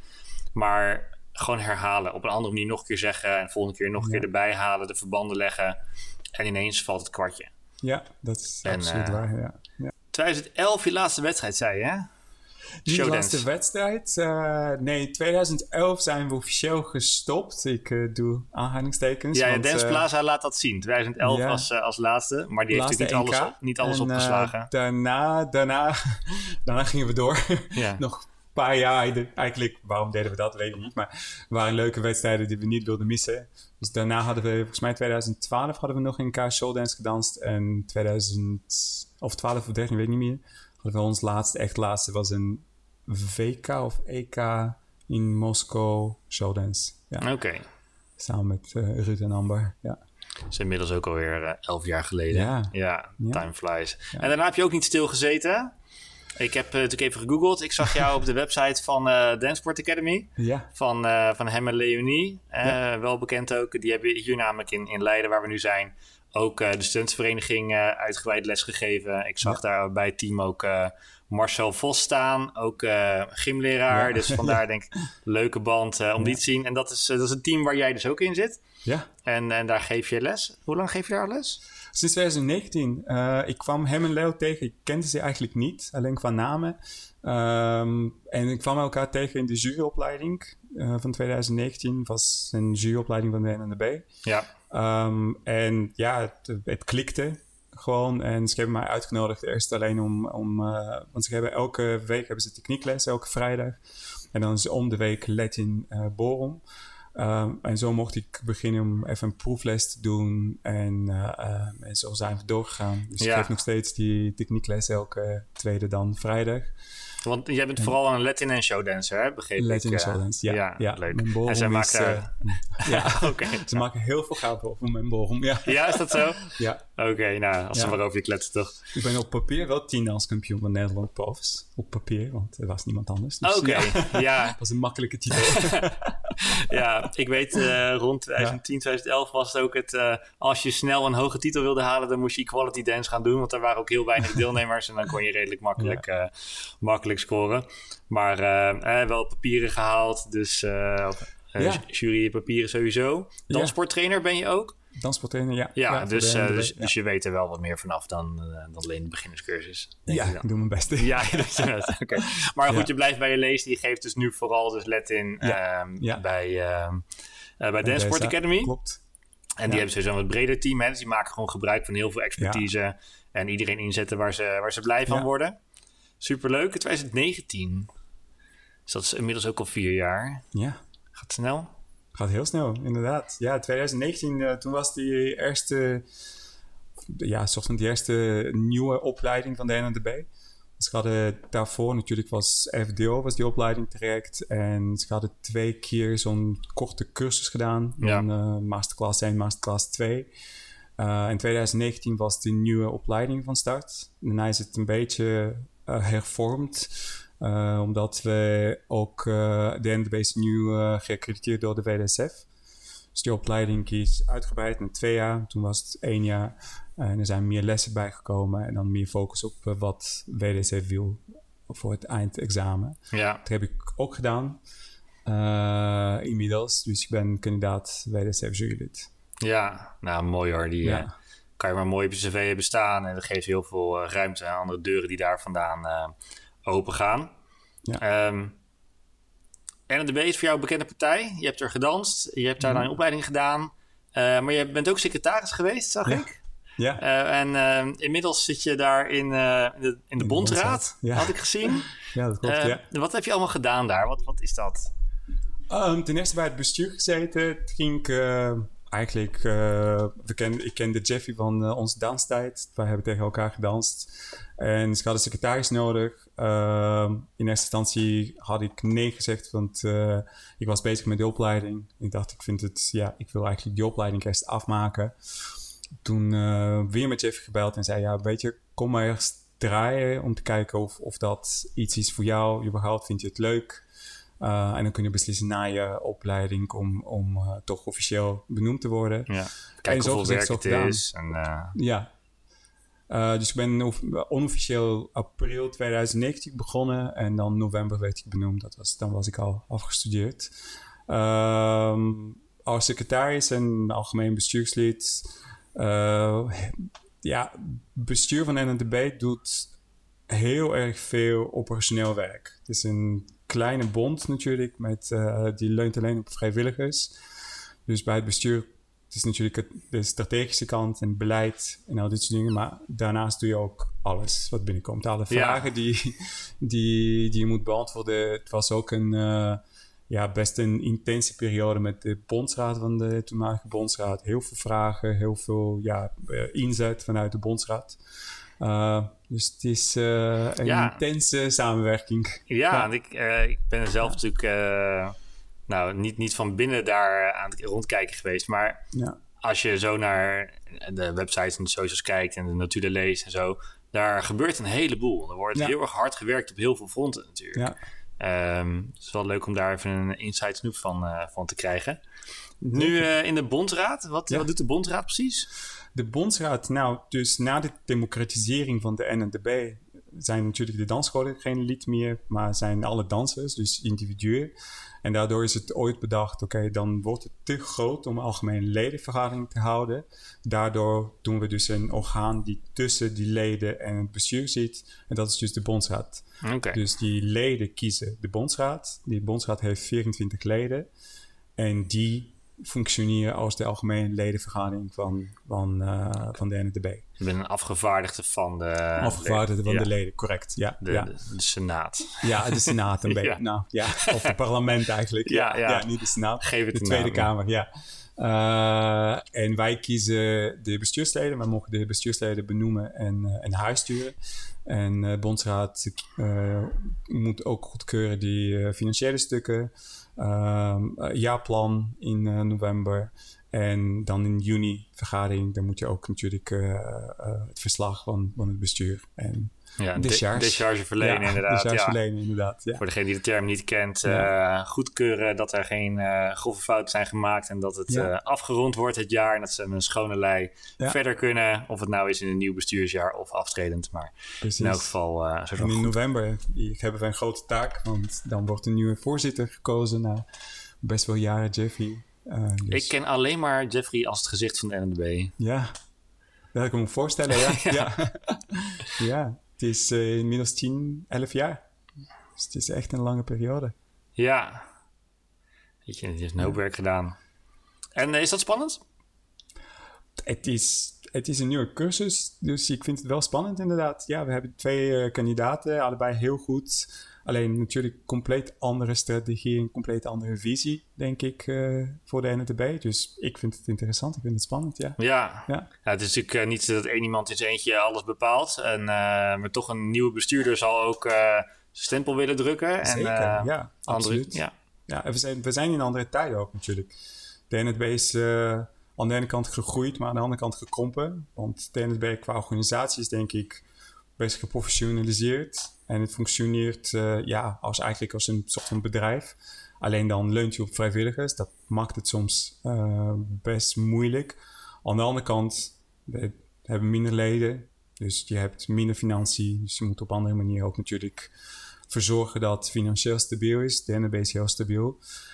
[SPEAKER 2] Maar gewoon herhalen. Op een andere manier nog een keer zeggen. En volgende keer nog een ja. keer erbij halen. De verbanden leggen. En ineens valt het kwartje.
[SPEAKER 1] Ja, dat is en, absoluut uh, waar. Ja. Ja.
[SPEAKER 2] twintig elf, je laatste wedstrijd, zei je, hè?
[SPEAKER 1] Die laatste wedstrijd? Uh, nee, twintig elf zijn we officieel gestopt. Ik uh, doe aanhalingstekens.
[SPEAKER 2] Ja,
[SPEAKER 1] want,
[SPEAKER 2] Dance
[SPEAKER 1] uh,
[SPEAKER 2] Plaza laat dat zien. twintig elf ja. was uh, als laatste. Maar die heeft natuurlijk niet alles, niet alles en, opgeslagen. Uh,
[SPEAKER 1] daarna, daarna, daarna gingen we door.
[SPEAKER 2] Ja.
[SPEAKER 1] Nog een paar jaar. Eigenlijk, waarom deden we dat, weet ik niet. Maar het waren leuke wedstrijden die we niet wilden missen. Dus daarna hadden we, volgens mij twintig twaalf hadden we nog in elkaar showdance gedanst. En twintig of twaalf of dertien, weet ik niet meer. Hadden we ons laatste, echt laatste, was een V K of E K in Moskou showdance. Ja.
[SPEAKER 2] Oké. Okay.
[SPEAKER 1] Samen met uh, Ruud en Amber, ja.
[SPEAKER 2] Dat is inmiddels ook alweer uh, elf jaar geleden.
[SPEAKER 1] Ja.
[SPEAKER 2] Ja,
[SPEAKER 1] ja.
[SPEAKER 2] time flies.
[SPEAKER 1] Ja.
[SPEAKER 2] En daarna heb je ook niet stilgezeten? Ik heb uh, natuurlijk even gegoogeld. Ik zag jou op de website van uh, Dance Sport Academy.
[SPEAKER 1] Ja.
[SPEAKER 2] Van, uh, van hem en Leonie. Uh, ja. Wel bekend ook. Die hebben hier namelijk in, in Leiden, waar we nu zijn, ook uh, de studentenvereniging uh, uitgebreid lesgegeven. Ik zag ja. daar bij het team ook uh, Marcel Vos staan. Ook uh, gymleraar. Ja. Dus vandaar denk ik leuke band uh, om ja. die te zien. En dat is, uh, dat is een team waar jij dus ook in zit.
[SPEAKER 1] Ja.
[SPEAKER 2] En, en daar geef je les. Hoe lang geef je daar les?
[SPEAKER 1] Sinds twintig negentien. Uh, ik kwam hem en Leo tegen. Ik kende ze eigenlijk niet, alleen qua namen. Um, en ik kwam elkaar tegen in de juryopleiding uh, van twintig negentien. Het was een juryopleiding van de N N B.
[SPEAKER 2] Ja.
[SPEAKER 1] Um, en ja, het, het klikte gewoon. En ze hebben mij uitgenodigd eerst alleen om... om uh, want ze hebben elke week hebben ze techniekles, elke vrijdag. En dan is om de week Latin uh, Borum. Um, en zo mocht ik beginnen om even een proefles te doen. En, uh, uh, en zo zijn we doorgegaan. Dus ja. ik geef nog steeds die techniekles elke tweede dan vrijdag.
[SPEAKER 2] Want jij bent en, vooral een Latin en showdancer, hè? Begreep
[SPEAKER 1] Latin
[SPEAKER 2] ik.
[SPEAKER 1] en showdance, ja. ja, ja.
[SPEAKER 2] Leuk. En zij maken... Uh,
[SPEAKER 1] ja, okay. Ze maken heel veel geld over mijn borum, ja.
[SPEAKER 2] Ja, is dat zo?
[SPEAKER 1] Ja.
[SPEAKER 2] Oké, okay, nou, als ja. ze maar over je kletsen, toch?
[SPEAKER 1] Ik ben op papier wel tiendaanskampioen van Nederland profs. Op papier, want er was niemand anders. Dus
[SPEAKER 2] Oké, okay, ja. ja.
[SPEAKER 1] Dat was een makkelijke titel.
[SPEAKER 2] Ja, ik weet uh, rond twintig tien, twintig elf was het ook het... Uh, als je snel een hoge titel wilde halen, dan moest je equality dance gaan doen. Want er waren ook heel weinig deelnemers. En dan kon je redelijk makkelijk, ja. uh, makkelijk scoren. Maar uh, eh, wel papieren gehaald. Dus uh, uh, ja. jury papieren sowieso. Danssporttrainer ben je ook?
[SPEAKER 1] Danssporttrainer, ja.
[SPEAKER 2] Ja,
[SPEAKER 1] ja
[SPEAKER 2] dus, uh, dus, ja. dus je weet er wel wat meer vanaf dan, uh, dan alleen de beginnerscursus.
[SPEAKER 1] Ja, ik doe mijn best.
[SPEAKER 2] Ja, dat is het. Oké. Okay. Maar goed, ja. je blijft bij je lezen. Je geeft dus nu vooral dus Latin ja. um, ja. bij, uh, uh, bij Dance Sport Academy.
[SPEAKER 1] Klopt.
[SPEAKER 2] En die ja. hebben sowieso een wat breder team. Hè? Dus die maken gewoon gebruik van heel veel expertise. Ja. En iedereen inzetten waar ze, waar ze blij van ja. worden. Superleuk. twintig negentien. Dus dat is inmiddels ook al vier jaar.
[SPEAKER 1] Ja.
[SPEAKER 2] Gaat snel.
[SPEAKER 1] Gaat heel snel, inderdaad. Ja, twintig negentien, uh, toen was die eerste... Ja, soort van die eerste nieuwe opleiding van de N N D B. Ze hadden daarvoor natuurlijk was F D O, was die opleiding direct. En ze hadden twee keer zo'n korte cursus gedaan.
[SPEAKER 2] Ja.
[SPEAKER 1] Een uh, masterclass één, masterclass twee. Uh, in twintig negentien was die nieuwe opleiding van start. Daarna is het een beetje uh, hervormd. Uh, omdat we ook uh, de N N D B is nu uh, geaccrediteerd door de W D S F. Dus die opleiding is uitgebreid naar twee jaar. Toen was het één jaar. Uh, en er zijn meer lessen bijgekomen. En dan meer focus op uh, wat W D S F wil voor het eindexamen.
[SPEAKER 2] Ja.
[SPEAKER 1] Dat heb ik ook gedaan. Uh, inmiddels. Dus ik ben kandidaat W D S F jurylid.
[SPEAKER 2] Ja, nou mooi hoor. Die ja. uh, kan je maar mooi op je cv hebben staan. En dat geeft heel veel uh, ruimte aan andere deuren die daar vandaan uh, open gaan. Ja. Um, N N D B is voor jou een bekende partij. Je hebt er gedanst. Je hebt daar dan een opleiding gedaan. Uh, maar je bent ook secretaris geweest, zag
[SPEAKER 1] ja.
[SPEAKER 2] ik.
[SPEAKER 1] Ja.
[SPEAKER 2] Uh, en uh, inmiddels zit je daar in, uh, in de, in de in bondsraad, de ja. had ik gezien.
[SPEAKER 1] Ja, dat klopt, uh, ja.
[SPEAKER 2] Wat heb je allemaal gedaan daar? Wat, wat is dat?
[SPEAKER 1] Um, ten eerste bij het bestuur gezeten. Het ging uh, eigenlijk... Uh, we ken, ik kende Jeffy van uh, onze danstijd. Wij hebben tegen elkaar gedanst. En ze hadden secretaris nodig. Uh, in eerste instantie had ik nee gezegd, want uh, ik was bezig met de opleiding. Ik dacht, ik vind het, ja, ik wil eigenlijk die opleiding eerst afmaken. Toen uh, weer met Jeff gebeld en zei, ja, weet je, kom maar eerst draaien om te kijken of, of dat iets is voor jou. Überhaupt vind je het leuk. Uh, en dan kun je beslissen na je opleiding om, om uh, toch officieel benoemd te worden.
[SPEAKER 2] Ja, kijk hoeveel werk het is. En, uh...
[SPEAKER 1] Ja. Uh, dus ik ben onofficieel april twintig negentien begonnen en dan november werd ik benoemd. Dat was, dan was ik al afgestudeerd. Um, als secretaris en algemeen bestuurslid. Uh, ja, bestuur van N N D B doet heel erg veel operationeel werk. Het is een kleine bond natuurlijk, met, uh, die leunt alleen op vrijwilligers. Dus bij het bestuur... Het is natuurlijk het, de strategische kant en beleid en al dit soort dingen. Maar daarnaast doe je ook alles wat binnenkomt. Alle vragen ja. die, die, die je moet beantwoorden. Het was ook een uh, ja, best een intense periode met de bondsraad van de toenmalige bondsraad. Heel veel vragen, heel veel ja, inzet vanuit de bondsraad. Uh, dus het is uh, een ja. intense samenwerking.
[SPEAKER 2] Ja, ja. En ik, uh, ik ben er zelf ja. natuurlijk... Uh... Nou, niet, niet van binnen daar aan het rondkijken geweest. Maar ja. als je zo naar de websites en de socials kijkt en de notulen leest en zo, daar gebeurt een heleboel. Er wordt ja. heel erg hard gewerkt op heel veel fronten natuurlijk. Ja. Um, het is wel leuk om daar even een inside snoep van, uh, van te krijgen. Nu uh, in de bondsraad, wat, ja. wat doet de bondsraad precies?
[SPEAKER 1] De bondsraad, nou, dus na de democratisering van de N N D B zijn natuurlijk de dansscholen geen lid meer, maar zijn alle dansers, dus individuen. En daardoor is het ooit bedacht, oké, okay, dan wordt het te groot om een algemene ledenvergadering te houden. Daardoor doen we dus een orgaan die tussen die leden en het bestuur zit. En dat is dus de bondsraad.
[SPEAKER 2] Okay.
[SPEAKER 1] Dus die leden kiezen de bondsraad. Die bondsraad heeft vierentwintig leden. En die functioneren als de algemene ledenvergadering van, van, uh, van de N N D B.
[SPEAKER 2] Je bent een afgevaardigde van de...
[SPEAKER 1] Afgevaardigde van
[SPEAKER 2] ja.
[SPEAKER 1] de leden, correct. Ja,
[SPEAKER 2] de,
[SPEAKER 1] ja.
[SPEAKER 2] De, de Senaat.
[SPEAKER 1] Ja, de Senaat een beetje.
[SPEAKER 2] Ja.
[SPEAKER 1] Nou, ja. Of het parlement eigenlijk.
[SPEAKER 2] Ja, ja.
[SPEAKER 1] ja, niet de Senaat.
[SPEAKER 2] Geef het
[SPEAKER 1] de
[SPEAKER 2] een
[SPEAKER 1] Tweede
[SPEAKER 2] naam.
[SPEAKER 1] Kamer, ja. Uh, en wij kiezen de bestuursleden. Wij mogen de bestuursleden benoemen en, uh, en huissturen. En de uh, bondsraad uh, moet ook goedkeuren die uh, financiële stukken. Uh, uh, jaarplan in uh, november. En dan in juni vergadering. Dan moet je ook natuurlijk uh, uh, het verslag van, van het bestuur. En
[SPEAKER 2] ja,
[SPEAKER 1] discharge.
[SPEAKER 2] discharge verlenen
[SPEAKER 1] ja,
[SPEAKER 2] inderdaad.
[SPEAKER 1] Discharge
[SPEAKER 2] ja.
[SPEAKER 1] verlenen inderdaad. Ja.
[SPEAKER 2] Voor degene die de term niet kent.
[SPEAKER 1] Ja.
[SPEAKER 2] Uh, goedkeuren dat er geen uh, grove fouten zijn gemaakt. En dat het
[SPEAKER 1] ja.
[SPEAKER 2] uh, afgerond wordt het jaar. En dat ze met een schone lei ja. verder kunnen. Of het nou is in een nieuw bestuursjaar of afstredend. Maar Precies. in elk geval... Uh,
[SPEAKER 1] en in goed. november hebben we een grote taak. Want dan wordt een nieuwe voorzitter gekozen. Na best wel jaren Jeffrey. Uh, dus.
[SPEAKER 2] Ik ken alleen maar Jeffrey als het gezicht van de N N D B.
[SPEAKER 1] Ja, dat ik me moet voorstellen, ja. ja. ja. ja. Het is uh, inmiddels tien, elf jaar. Dus het is echt een lange periode.
[SPEAKER 2] Ja. Weet je, het is een hoop werk gedaan. En uh, is dat spannend?
[SPEAKER 1] Het is, het is een nieuwe cursus, dus ik vind het wel spannend inderdaad. Ja, we hebben twee uh, kandidaten, allebei heel goed. Alleen natuurlijk compleet andere strategie en compleet andere visie, denk ik, uh, voor de N N D B. Dus ik vind het interessant, ik vind het spannend, ja.
[SPEAKER 2] Ja, ja. ja het is natuurlijk uh, niet dat één iemand in zijn eentje alles bepaalt. En, uh, maar toch een nieuwe bestuurder zal ook uh, zijn stempel willen drukken.
[SPEAKER 1] Zeker,
[SPEAKER 2] en, uh,
[SPEAKER 1] ja, absoluut.
[SPEAKER 2] Andere, ja,
[SPEAKER 1] ja we, zijn, we zijn in andere tijden ook natuurlijk. De N N D B is uh, aan de ene kant gegroeid, maar aan de andere kant gekrompen. Want de N N D B qua organisatie is denk ik best geprofessionaliseerd. En het functioneert uh, ja, als, eigenlijk als een soort van bedrijf. Alleen dan leunt je op vrijwilligers. Dat maakt het soms uh, best moeilijk. Aan de andere kant, we hebben minder leden. Dus je hebt minder financiën. Dus je moet op andere manieren ook natuurlijk verzorgen dat het financieel stabiel is. De N N D B is heel stabiel.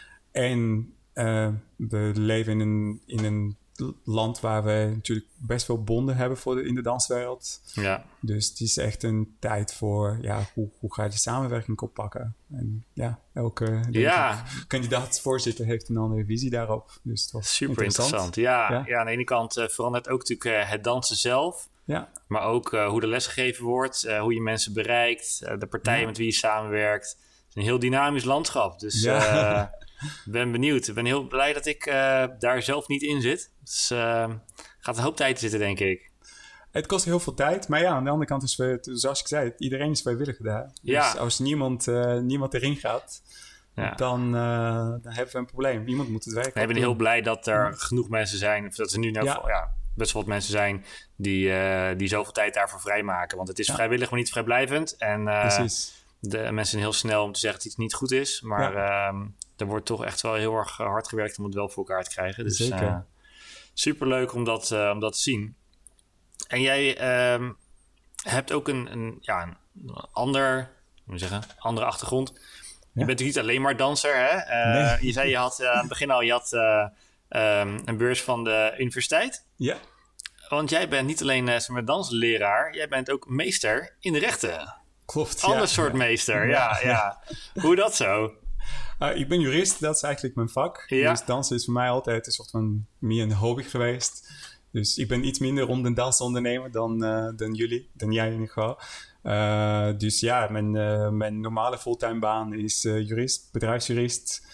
[SPEAKER 1] En uh, we leven in een, in een land waar we natuurlijk best veel bonden hebben voor de, in de danswereld.
[SPEAKER 2] Ja.
[SPEAKER 1] Dus het is echt een tijd voor, ja, hoe, hoe ga je die samenwerking oppakken? En ja, elke
[SPEAKER 2] ja.
[SPEAKER 1] kandidaat-voorzitter heeft een andere visie daarop. Dus het was
[SPEAKER 2] super interessant. interessant. Ja, ja. ja, aan de ene kant uh, verandert ook natuurlijk uh, het dansen zelf.
[SPEAKER 1] Ja.
[SPEAKER 2] Maar ook uh, hoe de les gegeven wordt, uh, hoe je mensen bereikt, uh, de partijen ja. met wie je samenwerkt. Het is een heel dynamisch landschap. Dus ja. uh, Ik ben benieuwd. Ik ben heel blij dat ik uh, daar zelf niet in zit. Dus uh, gaat een hoop tijd zitten, denk ik.
[SPEAKER 1] Het kost heel veel tijd. Maar ja, aan de andere kant is, we, zoals ik zei, iedereen is vrijwillig daar.
[SPEAKER 2] Ja.
[SPEAKER 1] Dus als niemand, uh, niemand erin gaat, ja. dan, uh, dan hebben we een probleem. Iemand moet het werk doen.
[SPEAKER 2] Ik ben heel blij dat er ja. genoeg mensen zijn. Of dat er nu nou ja. ja, best wel wat mensen zijn die, uh, die zoveel tijd daarvoor vrijmaken. Want het is ja. vrijwillig, maar niet vrijblijvend. En uh,
[SPEAKER 1] Precies.
[SPEAKER 2] de mensen zijn heel snel om te zeggen dat iets niet goed is. Maar... Ja. Uh, er wordt toch echt wel heel erg hard gewerkt om het wel voor elkaar te krijgen. Dus
[SPEAKER 1] Zeker. Uh,
[SPEAKER 2] superleuk om dat, uh, om dat te zien. En jij uh, hebt ook een, een, ja, een ander, hoe zeggen, andere achtergrond. Je ja. bent natuurlijk niet alleen maar danser. Hè? Uh, nee. Je zei, je had uh, aan het begin al, je had uh, um, een beurs van de universiteit.
[SPEAKER 1] Ja.
[SPEAKER 2] Want jij bent niet alleen uh, dansleraar, jij bent ook meester in de rechten.
[SPEAKER 1] Klopt,
[SPEAKER 2] Ander
[SPEAKER 1] ja.
[SPEAKER 2] soort meester, ja, ja. ja. Hoe dat zo?
[SPEAKER 1] Uh, ik ben jurist, dat is eigenlijk mijn vak.
[SPEAKER 2] Ja.
[SPEAKER 1] Dus dansen is voor mij altijd een soort van meer een hobby geweest. Dus ik ben iets minder om de dansondernemer dan, uh, dan jullie, dan jij in ieder geval. Uh, dus ja, mijn, uh, mijn normale fulltime baan is uh, jurist, bedrijfsjurist.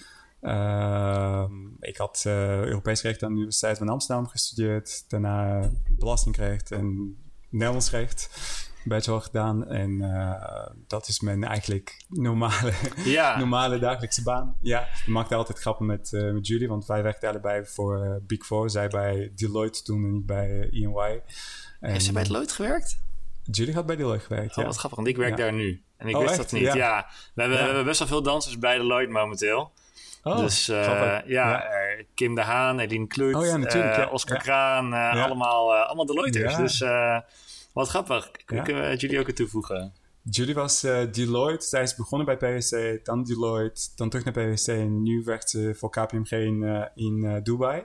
[SPEAKER 1] Uh, ik had uh, Europees recht aan de Universiteit van Amsterdam gestudeerd. Daarna belastingrecht en Nederlands recht. bachelor gedaan. En uh, dat is mijn eigenlijk normale,
[SPEAKER 2] ja.
[SPEAKER 1] normale dagelijkse baan. Ja, ik maakte altijd grappen met, uh, met Julie, want wij werkten allebei voor uh, Big Four. Zij bij Deloitte toen en ik bij uh, E en Y.
[SPEAKER 2] Heeft ze bij Deloitte gewerkt?
[SPEAKER 1] Julie had bij Deloitte gewerkt,
[SPEAKER 2] oh,
[SPEAKER 1] ja.
[SPEAKER 2] Wat grappig, want ik werk ja. daar nu. En ik
[SPEAKER 1] oh,
[SPEAKER 2] wist
[SPEAKER 1] echt?
[SPEAKER 2] dat niet.
[SPEAKER 1] Ja,
[SPEAKER 2] ja. We, hebben,
[SPEAKER 1] ja.
[SPEAKER 2] we hebben best wel veel dansers bij Deloitte momenteel.
[SPEAKER 1] Oh,
[SPEAKER 2] dus uh, ja, ja. Uh, Kim de Haan, Eline Kloet,
[SPEAKER 1] oh, ja, uh, ja.
[SPEAKER 2] Oscar
[SPEAKER 1] ja.
[SPEAKER 2] Kraan, uh, ja. allemaal, uh, allemaal Deloitters.
[SPEAKER 1] Ja.
[SPEAKER 2] Dus uh, wat grappig.
[SPEAKER 1] Ja.
[SPEAKER 2] Kunnen we Julie ook aan toevoegen?
[SPEAKER 1] Julie was uh, Deloitte. Zij is begonnen bij P W C, dan Deloitte, dan terug naar P W C. En nu werkt ze voor K P M G in, uh, in uh, Dubai.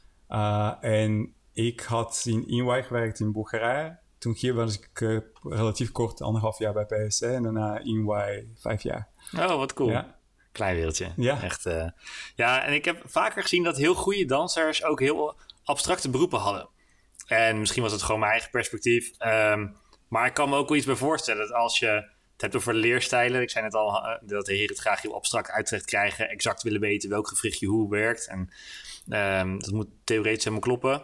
[SPEAKER 1] Uh, en ik had in E en Y gewerkt in Bulgarije. Toen hier was ik uh, relatief kort, anderhalf jaar bij P W C. En daarna E en Y vijf jaar.
[SPEAKER 2] Oh, wat cool.
[SPEAKER 1] Ja.
[SPEAKER 2] Klein wereldje.
[SPEAKER 1] Ja.
[SPEAKER 2] Echt, uh... ja, en ik heb vaker gezien dat heel goede dansers ook heel abstracte beroepen hadden. En misschien was het gewoon mijn eigen perspectief. Um, maar ik kan me ook wel iets bij voorstellen dat als je het hebt over leerstijlen. Ik zei net al uh, dat de heren het graag heel abstract uitgelegd krijgen. Exact willen weten welk gewrichtje hoe werkt. En um, dat moet theoretisch helemaal kloppen.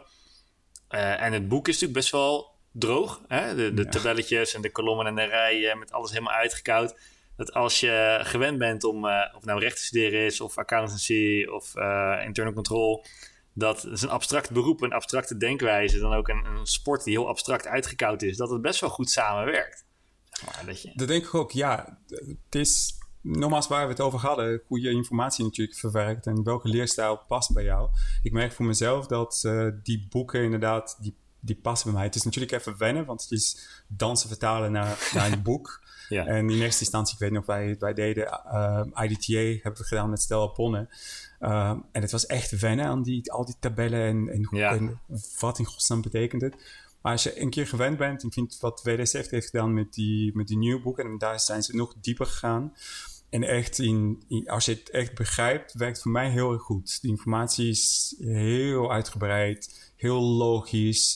[SPEAKER 2] Uh, en het boek is natuurlijk best wel droog. Hè? De, de ja. tabelletjes en de kolommen en de rijen met alles helemaal uitgekoud. Dat als je gewend bent om, uh, of nou recht te studeren is, of accountancy, of uh, internal control, dat is een abstract beroep, een abstracte denkwijze, dan ook een, een sport die heel abstract uitgekoud is, dat het best wel goed samenwerkt. Zeg maar, dat, je...
[SPEAKER 1] dat denk ik ook, ja. Het is nogmaals waar we het over hadden, goede informatie natuurlijk verwerkt en welke leerstijl past bij jou. Ik merk voor mezelf dat uh, die boeken inderdaad, die, die passen bij mij. Het is natuurlijk even wennen, want het is dansen vertalen naar, naar een boek. Ja. En in eerste instantie, ik weet nog, wij, wij deden uh, I D T A, hebben we gedaan met Stella Ponne. Uh, en het was echt wennen aan die, al die tabellen en, en,
[SPEAKER 2] ja.
[SPEAKER 1] en wat in godsnaam betekent het. Maar als je een keer gewend bent, ik vind wat W D C heeft gedaan met die, met die nieuwe boeken, en daar zijn ze nog dieper gegaan. En echt, in, in, als je het echt begrijpt, werkt voor mij heel erg goed. De informatie is heel uitgebreid, heel logisch.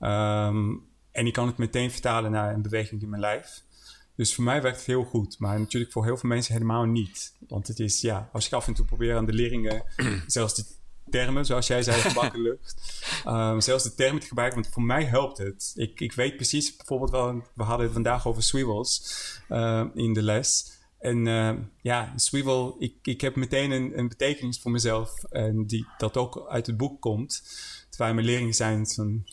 [SPEAKER 1] Um, en ik kan het meteen vertalen naar een beweging in mijn lijf. Dus voor mij werkt het heel goed. Maar natuurlijk voor heel veel mensen helemaal niet. Want het is, ja, als ik af en toe probeer aan de leerlingen, zelfs de termen, zoals jij zei, gebakken lucht. Um, zelfs de termen te gebruiken, want voor mij helpt het. Ik, ik weet precies, bijvoorbeeld wel, we hadden het vandaag over swivels uh, in de les. En uh, ja, swivel, ik, ik heb meteen een, een betekenis voor mezelf. En die, dat ook uit het boek komt. Terwijl mijn leerlingen zijn van,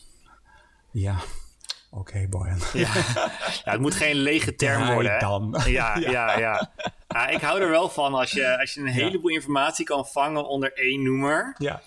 [SPEAKER 1] ja... Oké, okay, Boyan.
[SPEAKER 2] Ja. ja, het moet geen lege term
[SPEAKER 1] Draai
[SPEAKER 2] worden. Hè?
[SPEAKER 1] Dan.
[SPEAKER 2] Ja, ja, ja. ja. ja ik hou er wel van als je, als je een heleboel ja. informatie kan vangen onder één noemer.
[SPEAKER 1] Ja.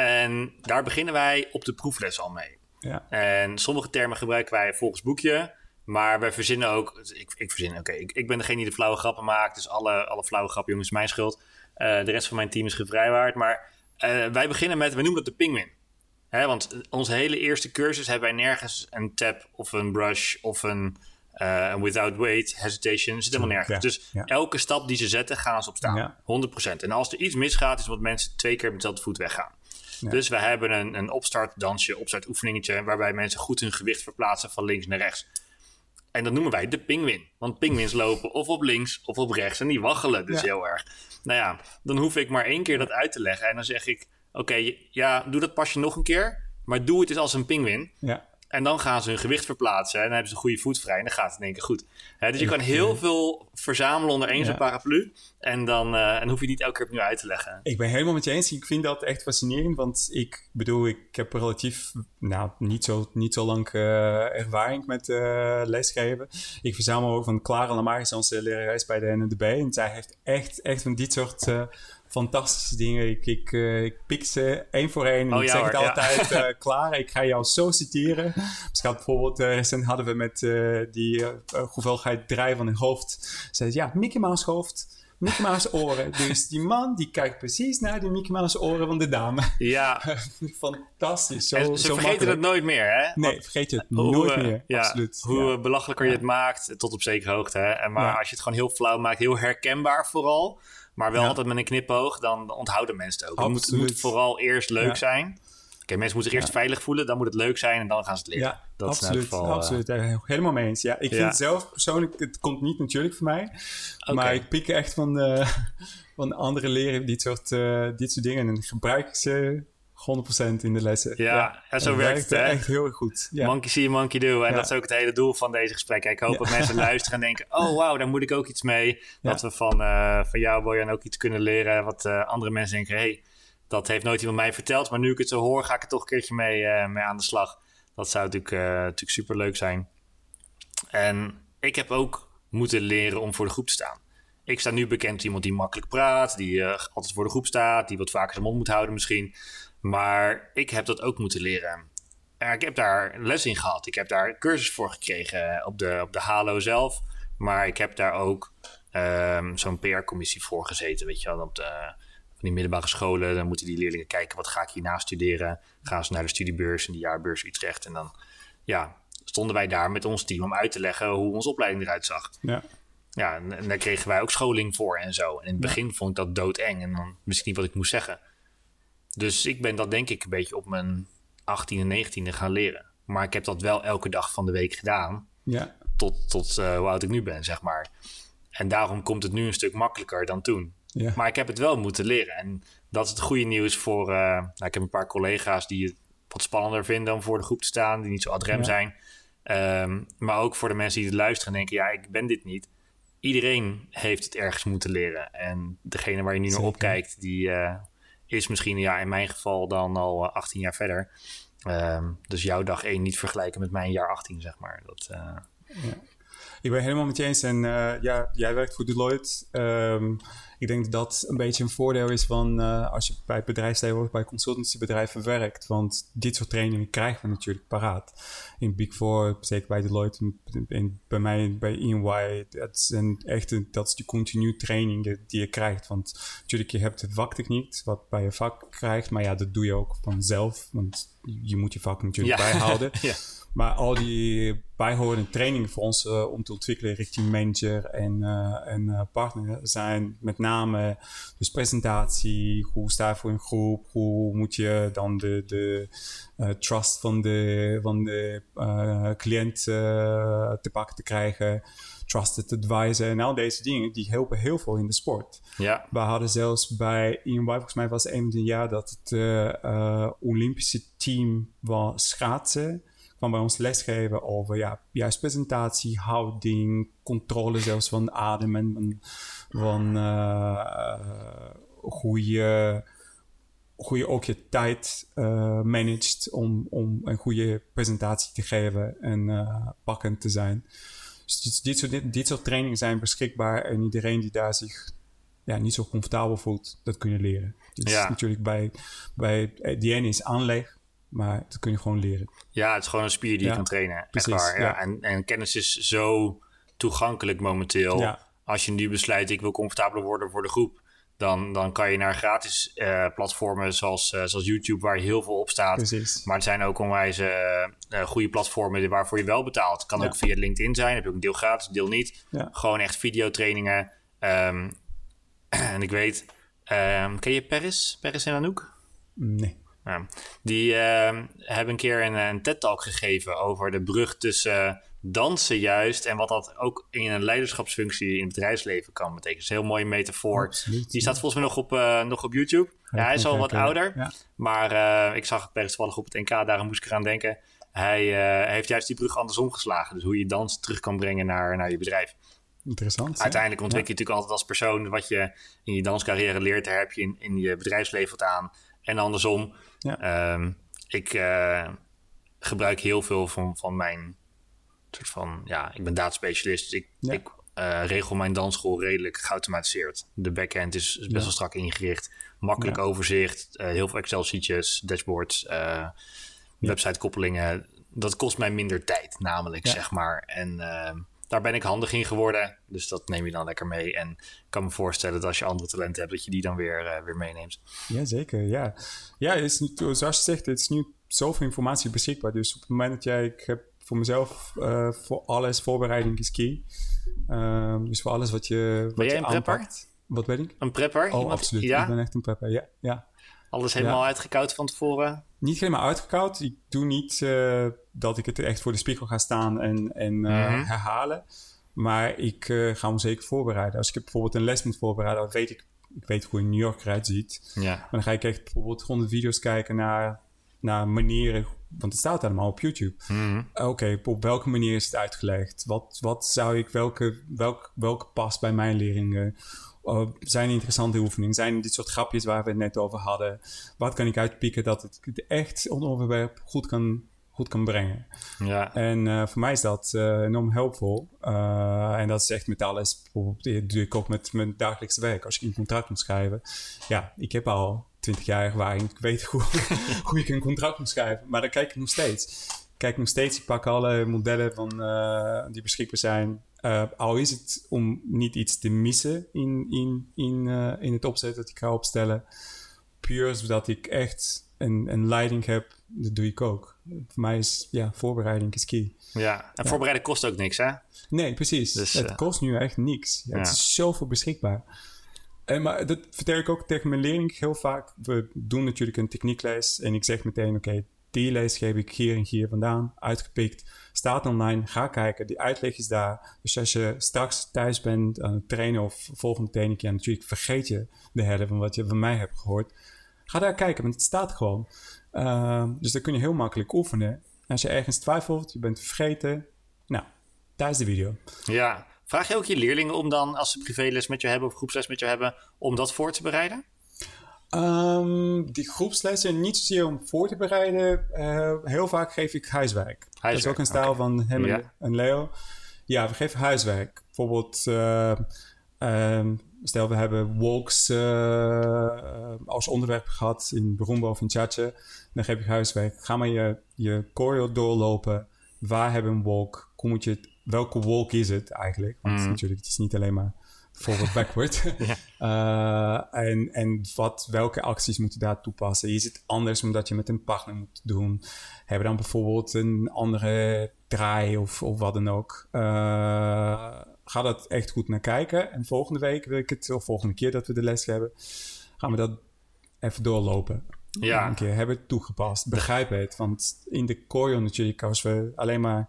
[SPEAKER 2] En daar beginnen wij op de proefles al mee.
[SPEAKER 1] Ja.
[SPEAKER 2] En sommige termen gebruiken wij volgens boekje. Maar wij verzinnen ook... Ik, ik verzin, oké, okay, ik, ik ben degene die de flauwe grappen maakt. Dus alle, alle flauwe grappen, jongens, is mijn schuld. Uh, de rest van mijn team is gevrijwaard. Maar uh, wij beginnen met... We noemen dat de pinguïn. He, want onze hele eerste cursus hebben wij nergens een tap of een brush of een uh, without weight, hesitation. Zit helemaal nergens. Ja, dus ja. elke stap die ze zetten, gaan ze op staan. Ja. honderd procent. En als er iets misgaat, is omdat mensen twee keer met dezelfde voet weggaan. Ja. Dus we hebben een, een opstartdansje, opstartoefeningetje, waarbij mensen goed hun gewicht verplaatsen van links naar rechts. En dat noemen wij de pinguïn. Want pinguïns lopen of op links of op rechts en die waggelen dus ja. heel erg. Nou ja, dan hoef ik maar één keer dat uit te leggen en dan zeg ik... Oké, okay, ja, doe dat pasje nog een keer. Maar doe het eens als een pinguïn. Ja. En dan gaan ze hun gewicht verplaatsen. En dan hebben ze een goede voet vrij. En dan gaat het in één keer goed. He, dus je kan heel veel verzamelen onder één ja. zo'n paraplu. En dan uh, en hoef je niet elke keer opnieuw uit te leggen.
[SPEAKER 1] Ik ben helemaal met je eens. Ik vind dat echt fascinerend. Want ik bedoel, ik heb relatief... Nou, niet zo, niet zo lang uh, ervaring met uh, lesgeven. Ik verzamel ook van Clara Lamaris, onze lerares bij de N N D B. En zij heeft echt, echt van dit soort... Uh, fantastische dingen. Ik, ik, uh, ik pik ze één voor één. Oh, ik ja, zeg hoor, het ja. altijd, uh, Clara, ik ga jou zo citeren. Dus gaat bijvoorbeeld, uh, recent hadden we met uh, die uh, hoeveelheid draai van een hoofd. Zei ja, Mickey Mouse hoofd, Mickey Mouse oren. Dus die man, die kijkt precies naar de Mickey Mouse oren van de dame.
[SPEAKER 2] Ja.
[SPEAKER 1] Fantastisch. Zo,
[SPEAKER 2] en ze
[SPEAKER 1] zo
[SPEAKER 2] vergeten
[SPEAKER 1] makkelijk.
[SPEAKER 2] het nooit meer, hè?
[SPEAKER 1] Nee,
[SPEAKER 2] Want
[SPEAKER 1] vergeet je het
[SPEAKER 2] hoe,
[SPEAKER 1] nooit meer.
[SPEAKER 2] Ja,
[SPEAKER 1] absoluut.
[SPEAKER 2] Hoe
[SPEAKER 1] ja.
[SPEAKER 2] belachelijker je het maakt, tot op zekere hoogte. Hè? En maar ja. als je het gewoon heel flauw maakt, heel herkenbaar vooral... Maar wel ja. altijd met een knipoog, dan onthouden mensen het ook. Het moet, het moet vooral eerst leuk ja. zijn. Oké, okay, mensen moeten zich eerst ja. veilig voelen. Dan moet het leuk zijn en dan gaan ze het leren. Ja,
[SPEAKER 1] dat absoluut.
[SPEAKER 2] Is in geval,
[SPEAKER 1] absoluut. Uh... Helemaal mee eens. Ja, ik ja. vind het zelf persoonlijk, het komt niet natuurlijk voor mij. Okay. Maar ik pik echt van, uh, van andere leren dit soort, uh, dit soort dingen. En dan gebruik ik ze honderd procent in de lessen.
[SPEAKER 2] Ja, ja. En zo
[SPEAKER 1] het
[SPEAKER 2] werkt het, hè?
[SPEAKER 1] echt heel erg goed. Ja.
[SPEAKER 2] Monkey see, monkey do. En
[SPEAKER 1] ja.
[SPEAKER 2] dat is ook het hele doel van deze gesprekken. Ik hoop ja. dat mensen luisteren en denken... oh, wauw, daar moet ik ook iets mee. Ja. Dat we van, uh, van jou, Bojan, ook iets kunnen leren. Wat uh, andere mensen denken... hey, dat heeft nooit iemand mij verteld. Maar nu ik het zo hoor, ga ik er toch een keertje mee, uh, mee aan de slag. Dat zou natuurlijk, uh, natuurlijk super leuk zijn. En ik heb ook moeten leren om voor de groep te staan. Ik sta nu bekend als iemand die makkelijk praat, die uh, altijd voor de groep staat, die wat vaker zijn mond moet houden misschien. Maar ik heb dat ook moeten leren. Uh, ik heb daar les in gehad. Ik heb daar cursus voor gekregen op de, op de Halo zelf. Maar ik heb daar ook um, zo'n P R-commissie voor gezeten. Weet je wel, op de, van die middelbare scholen. Dan moeten die leerlingen kijken, wat ga ik hierna studeren? Gaan ze naar de studiebeurs en de jaarbeurs Utrecht. En dan ja, stonden wij daar met ons team om uit te leggen hoe onze opleiding eruit zag. Ja. Ja, en, en daar kregen wij ook scholing voor en zo. En in het begin ja. vond ik dat doodeng en dan wist ik niet wat ik moest zeggen. Dus ik ben dat denk ik een beetje op mijn achttiende, negentiende gaan leren. Maar ik heb dat wel elke dag van de week gedaan. Ja. Tot, tot uh, hoe oud ik nu ben, zeg maar. En daarom komt het nu een stuk makkelijker dan toen. Ja. Maar ik heb het wel moeten leren. En dat is het goede nieuws voor... Uh, nou, ik heb een paar collega's die het wat spannender vinden om voor de groep te staan. Die niet zo ad rem ja. zijn. Um, maar ook voor de mensen die het luisteren en denken... ja, ik ben dit niet. Iedereen heeft het ergens moeten leren. En degene waar je nu naar opkijkt... die uh, is misschien ja, in mijn geval dan al uh, achttien jaar verder. Um, dus jouw dag één niet vergelijken met mijn jaar achttien, zeg maar. Dat, uh...
[SPEAKER 1] ja. Ik ben helemaal met je eens. En uh, ja, jij werkt voor Deloitte. Um, ik denk dat dat een beetje een voordeel is van uh, als je bij bedrijfsleven of bij consultancybedrijven werkt. Want dit soort trainingen krijgen we natuurlijk paraat. In Big Four, zeker bij Deloitte en, en bij mij bij E Y. Dat is, een, echt een, dat is die continue training die, die je krijgt. Want natuurlijk, je hebt de vaktechniek, wat bij je vak krijgt. Maar ja, dat doe je ook vanzelf. Want je moet je vak natuurlijk ja. bijhouden. ja. Maar al die bijhorende trainingen voor ons uh, om te ontwikkelen richting manager en, uh, en uh, partner zijn met name dus presentatie, hoe sta je voor een groep, hoe moet je dan de, de uh, trust van de, van de uh, cliënt uh, te pakken te krijgen, trusted advisor en al deze dingen, die helpen heel veel in de sport. Ja. We hadden zelfs bij E Y, volgens mij was het een van de jaar dat het uh, uh, Olympische team was schaatsen. Van bij ons lesgeven over ja, juist presentatie, houding, controle zelfs van adem en van, van uh, hoe, je, hoe je ook je tijd uh, managt om, om een goede presentatie te geven en uh, pakkend te zijn. Dus dit, dit, soort, dit, dit soort trainingen zijn beschikbaar en iedereen die daar zich ja, niet zo comfortabel voelt, dat kun je leren. Dus ja. natuurlijk bij, bij die ene is aanleg. Maar dat kun je gewoon leren.
[SPEAKER 2] Ja, het is gewoon een spier die ja, je kan trainen. Precies, echt waar. Ja. Ja. En, en kennis is zo toegankelijk momenteel. Ja. Als je nu besluit, ik wil comfortabeler worden voor de groep. Dan, dan kan je naar gratis uh, platformen zoals, uh, zoals YouTube, waar je heel veel op staat. Precies. Maar het zijn ook onwijs uh, uh, goede platformen waarvoor je wel betaalt. Het kan ja. ook via LinkedIn zijn. Heb je ook een deel gratis, een deel niet. Ja. Gewoon echt videotrainingen. Um, en ik weet... Um, ken je Paris? Paris en Anouk?
[SPEAKER 1] Nee.
[SPEAKER 2] Ja, die uh, hebben een keer een, een TED-talk gegeven over de brug tussen uh, dansen juist en wat dat ook in een leiderschapsfunctie in het bedrijfsleven kan betekenen. Dat is een heel mooie metafoor. Absoluut, die staat volgens mij nog op, uh, nog op YouTube. Ja, ja, hij is al wat ouder, ja. maar uh, ik zag het per toevallig op het N K, daarom moest ik eraan denken. Hij uh, heeft juist die brug andersom geslagen. Dus hoe je dans terug kan brengen naar, naar je bedrijf.
[SPEAKER 1] Interessant.
[SPEAKER 2] Uiteindelijk ontwikkel je ja. natuurlijk altijd als persoon wat je in je danscarrière leert, daar heb je in, in je bedrijfsleven wat aan. En andersom. Ja. Um, ik uh, gebruik heel veel van, van mijn soort van, ja, ik ben dataspecialist. Dus ik, ja. ik uh, regel mijn dansschool redelijk geautomatiseerd. De backend is best ja. wel strak ingericht. Makkelijk ja. overzicht. Uh, heel veel Excel-sheetjes, dashboards, uh, ja. website-koppelingen. Dat kost mij minder tijd, namelijk, ja. zeg maar. En uh, daar ben ik handig in geworden. Dus dat neem je dan lekker mee. En ik kan me voorstellen dat als je andere talenten hebt, dat je die dan weer, uh, weer meeneemt.
[SPEAKER 1] Jazeker, ja. Ja, het is nu, zoals je zegt, het is nu zoveel informatie beschikbaar. Dus op het moment dat jij, ik heb voor mezelf uh, voor alles, voorbereiding is key. Uh, dus voor alles wat je, wat
[SPEAKER 2] ben jij
[SPEAKER 1] je
[SPEAKER 2] een prepper?
[SPEAKER 1] aanpakt. Wat ben ik?
[SPEAKER 2] Een prepper?
[SPEAKER 1] Oh,
[SPEAKER 2] Iemand?
[SPEAKER 1] absoluut.
[SPEAKER 2] Ja?
[SPEAKER 1] Ik ben echt een prepper, ja. ja.
[SPEAKER 2] Alles helemaal
[SPEAKER 1] ja.
[SPEAKER 2] uitgekoud van tevoren?
[SPEAKER 1] Niet helemaal uitgekoud. Ik doe niet uh, dat ik het echt voor de spiegel ga staan en, en uh, mm-hmm. herhalen. Maar ik uh, ga me zeker voorbereiden. Als ik bijvoorbeeld een les moet voorbereiden, dan weet ik ik weet hoe een New York eruit ziet.
[SPEAKER 2] Ja.
[SPEAKER 1] Maar dan ga ik echt bijvoorbeeld honderd video's kijken naar, naar manieren, want het staat allemaal op YouTube.
[SPEAKER 2] Mm-hmm.
[SPEAKER 1] Oké, okay, op welke manier is het uitgelegd? Wat, wat zou ik, welke, welk, welke past bij mijn leerlingen? Uh, zijn er interessante oefeningen? Zijn er dit soort grapjes waar we het net over hadden? Wat kan ik uitpikken dat het echt een onderwerp goed kan, goed kan brengen?
[SPEAKER 2] Ja.
[SPEAKER 1] En uh, voor mij is dat uh, enorm helpvol. Uh, en dat is echt met alles. Bijvoorbeeld, dat doe ik ook met mijn dagelijkse werk. Als ik een contract moet schrijven. Ja, ik heb al twintig jaar ervaring. Ik weet hoe, hoe ik een contract moet schrijven. Maar dan kijk ik nog steeds. Kijk nog steeds. Ik pak alle modellen van, uh, die beschikbaar zijn. Uh, al is het om niet iets te missen in, in, in, uh, in het opzet dat ik ga opstellen. Puur zodat ik echt een, een leiding heb. Dat doe ik ook. Voor mij is ja, voorbereiding is key.
[SPEAKER 2] Ja, en
[SPEAKER 1] ja.
[SPEAKER 2] voorbereiden kost ook niks, hè?
[SPEAKER 1] Nee, precies. Dus, het uh, kost nu echt niks. Ja, ja. Het is zoveel beschikbaar. En, maar dat vertel ik ook tegen mijn leerlingen heel vaak. We doen natuurlijk een techniekles. En ik zeg meteen, oké, okay, die les geef ik hier en hier vandaan. Uitgepikt. Staat online. Ga kijken. Die uitleg is daar. Dus als je straks thuis bent aan het trainen of volgende training, ja, natuurlijk vergeet je de helft van wat je van mij hebt gehoord. Ga daar kijken, want het staat gewoon. Uh, dus dan kun je heel makkelijk oefenen. Als je ergens twijfelt, je bent vergeten. Nou, daar is de video.
[SPEAKER 2] Ja. Vraag je ook je leerlingen om dan, als ze privéles met je hebben of groepsles met je hebben, om dat voor te bereiden?
[SPEAKER 1] Um, die groepslessen niet zozeer om voor te bereiden. Uh, heel vaak geef ik huiswerk. huiswerk. Dat is ook een stijl okay. van hem ja. en Leo. Ja, we geven huiswerk. Bijvoorbeeld, uh, um, stel we hebben walks uh, als onderwerp gehad in Burumba of in Chache. Dan geef ik huiswerk. Ga maar je, je choreo doorlopen. Waar hebben we een walk? Hoe moet je het, welke walk is het eigenlijk? Want mm. natuurlijk, het is niet alleen maar forward, backward. ja. uh, en en wat, welke acties moet je daar toepassen? Is het anders omdat je met een partner moet doen? Hebben we dan bijvoorbeeld een andere draai of, of wat dan ook? Uh, ga dat echt goed naar kijken. En volgende week wil ik het, of volgende keer dat we de les hebben, gaan we dat even doorlopen.
[SPEAKER 2] Ja.
[SPEAKER 1] Een keer hebben we het toegepast. Begrijp het. Want in de choreo natuurlijk, als we alleen maar,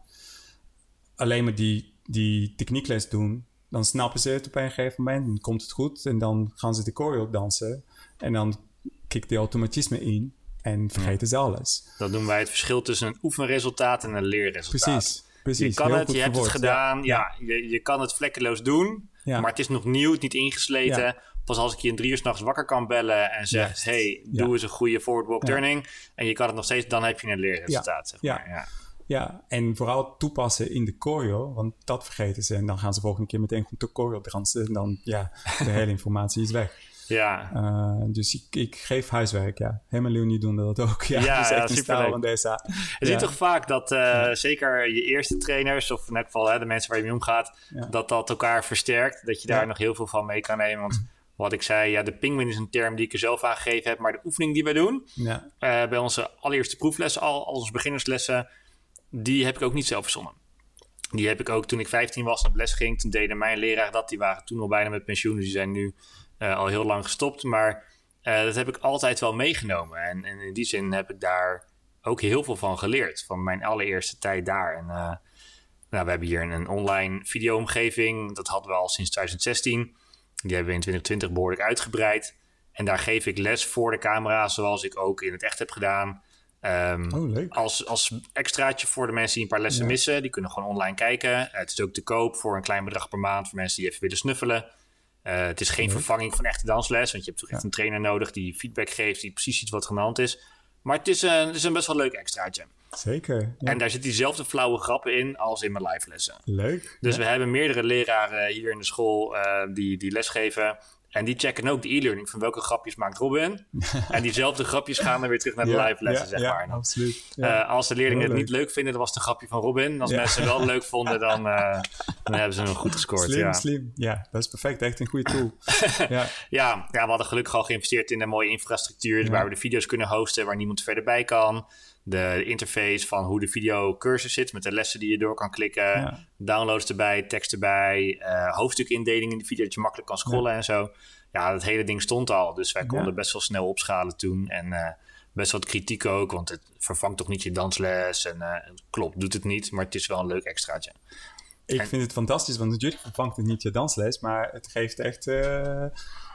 [SPEAKER 1] alleen maar die, die techniekles doen, dan snappen ze het op een gegeven moment. Dan komt het goed. En dan gaan ze de choreo dansen. En dan kikt die automatisme in. En vergeten ze alles.
[SPEAKER 2] Dat noemen wij het verschil tussen een oefenresultaat en een leerresultaat.
[SPEAKER 1] Precies. Precies.
[SPEAKER 2] Je kan
[SPEAKER 1] Heel
[SPEAKER 2] het, je hebt
[SPEAKER 1] verwoord.
[SPEAKER 2] het gedaan. Ja, ja je, je kan het vlekkeloos doen. Ja. Maar het is nog nieuw, het niet ingesleten. Ja. Pas als ik je in drie uur 's nachts wakker kan bellen en zeg, yes. hey, doe ja. eens een goede forward walk ja. turning. En je kan het nog steeds, dan heb je een leerresultaat. Ja. Zeg maar. ja.
[SPEAKER 1] Ja. ja, en vooral toepassen in de choreo, want dat vergeten ze. En dan gaan ze volgende keer meteen goed de choreo dansen. En dan, ja, de hele informatie is weg.
[SPEAKER 2] Ja.
[SPEAKER 1] Uh, dus ik, ik geef huiswerk, ja. Hem en Leonie doen dat ook. Ja,
[SPEAKER 2] ja,
[SPEAKER 1] dat is echt
[SPEAKER 2] ja,
[SPEAKER 1] een stijl van D S A.
[SPEAKER 2] Je ja. ziet toch vaak dat uh, ja. zeker je eerste trainers, of in elk geval hè, de mensen waar je mee omgaat, ja. dat dat elkaar versterkt. Dat je daar ja. nog heel veel van mee kan nemen. Want wat ik zei, ja, de pingwin is een term die ik er zelf aangegeven heb. Maar de oefening die wij doen, ja. uh, bij onze allereerste proeflessen, al, al onze beginnerslessen, die heb ik ook niet zelf verzonnen. Die heb ik ook toen ik vijftien was en op les ging. Toen deden mijn leraren dat. Die waren toen al bijna met pensioen. Dus die zijn nu uh, al heel lang gestopt. Maar uh, dat heb ik altijd wel meegenomen. En, en in die zin heb ik daar ook heel veel van geleerd. Van mijn allereerste tijd daar. En uh, nou, we hebben hier een, een online video-omgeving. Dat hadden we al sinds twintig zestien. Die hebben we in twintig twintig behoorlijk uitgebreid. En daar geef ik les voor de camera. Zoals ik ook in het echt heb gedaan. Um, oh, leuk. Als, als extraatje voor de mensen die een paar lessen ja. missen. Die kunnen gewoon online kijken. Uh, het is ook te koop voor een klein bedrag per maand. Voor mensen die even willen snuffelen. Uh, het is geen leuk. vervanging van echte dansles. Want je hebt toch echt ja. een trainer nodig die feedback geeft. Die precies ziet wat er aan de hand is. Maar het is, een, het is een best wel leuk extraatje.
[SPEAKER 1] Zeker. Ja.
[SPEAKER 2] En daar zitten diezelfde flauwe grappen in als in mijn live lessen.
[SPEAKER 1] Leuk.
[SPEAKER 2] Dus
[SPEAKER 1] ja.
[SPEAKER 2] we hebben meerdere leraren hier in de school uh, die, die lesgeven. En die checken ook de e-learning van welke grapjes maakt Robin. En diezelfde grapjes gaan dan weer terug naar de
[SPEAKER 1] ja,
[SPEAKER 2] live lessen,
[SPEAKER 1] ja,
[SPEAKER 2] zeg maar.
[SPEAKER 1] Ja, absoluut. Ja.
[SPEAKER 2] Uh, als de leerlingen het niet leuk vinden, dan was het een grapje van Robin. Als ja. mensen het wel leuk vonden, dan, uh, dan hebben ze hem goed gescoord.
[SPEAKER 1] Slim,
[SPEAKER 2] ja.
[SPEAKER 1] slim. Ja, dat is perfect. Echt een goede tool.
[SPEAKER 2] ja. Ja, ja, we hadden gelukkig al geïnvesteerd in een mooie infrastructuur. Ja. Waar we de video's kunnen hosten, waar niemand verder bij kan. De interface van hoe de videocursus zit met de lessen die je door kan klikken. Ja. Downloads erbij, tekst erbij. Uh, hoofdstukindeling in de video dat je makkelijk kan scrollen ja. en zo. Ja, dat hele ding stond al. Dus wij konden ja. best wel snel opschalen toen. En uh, best wat kritiek ook. Want het vervangt toch niet je dansles. En uh, klopt, doet het niet. Maar het is wel een leuk extraatje.
[SPEAKER 1] Ik
[SPEAKER 2] en,
[SPEAKER 1] vind het fantastisch. Want natuurlijk vervangt het niet je dansles. Maar het geeft echt uh,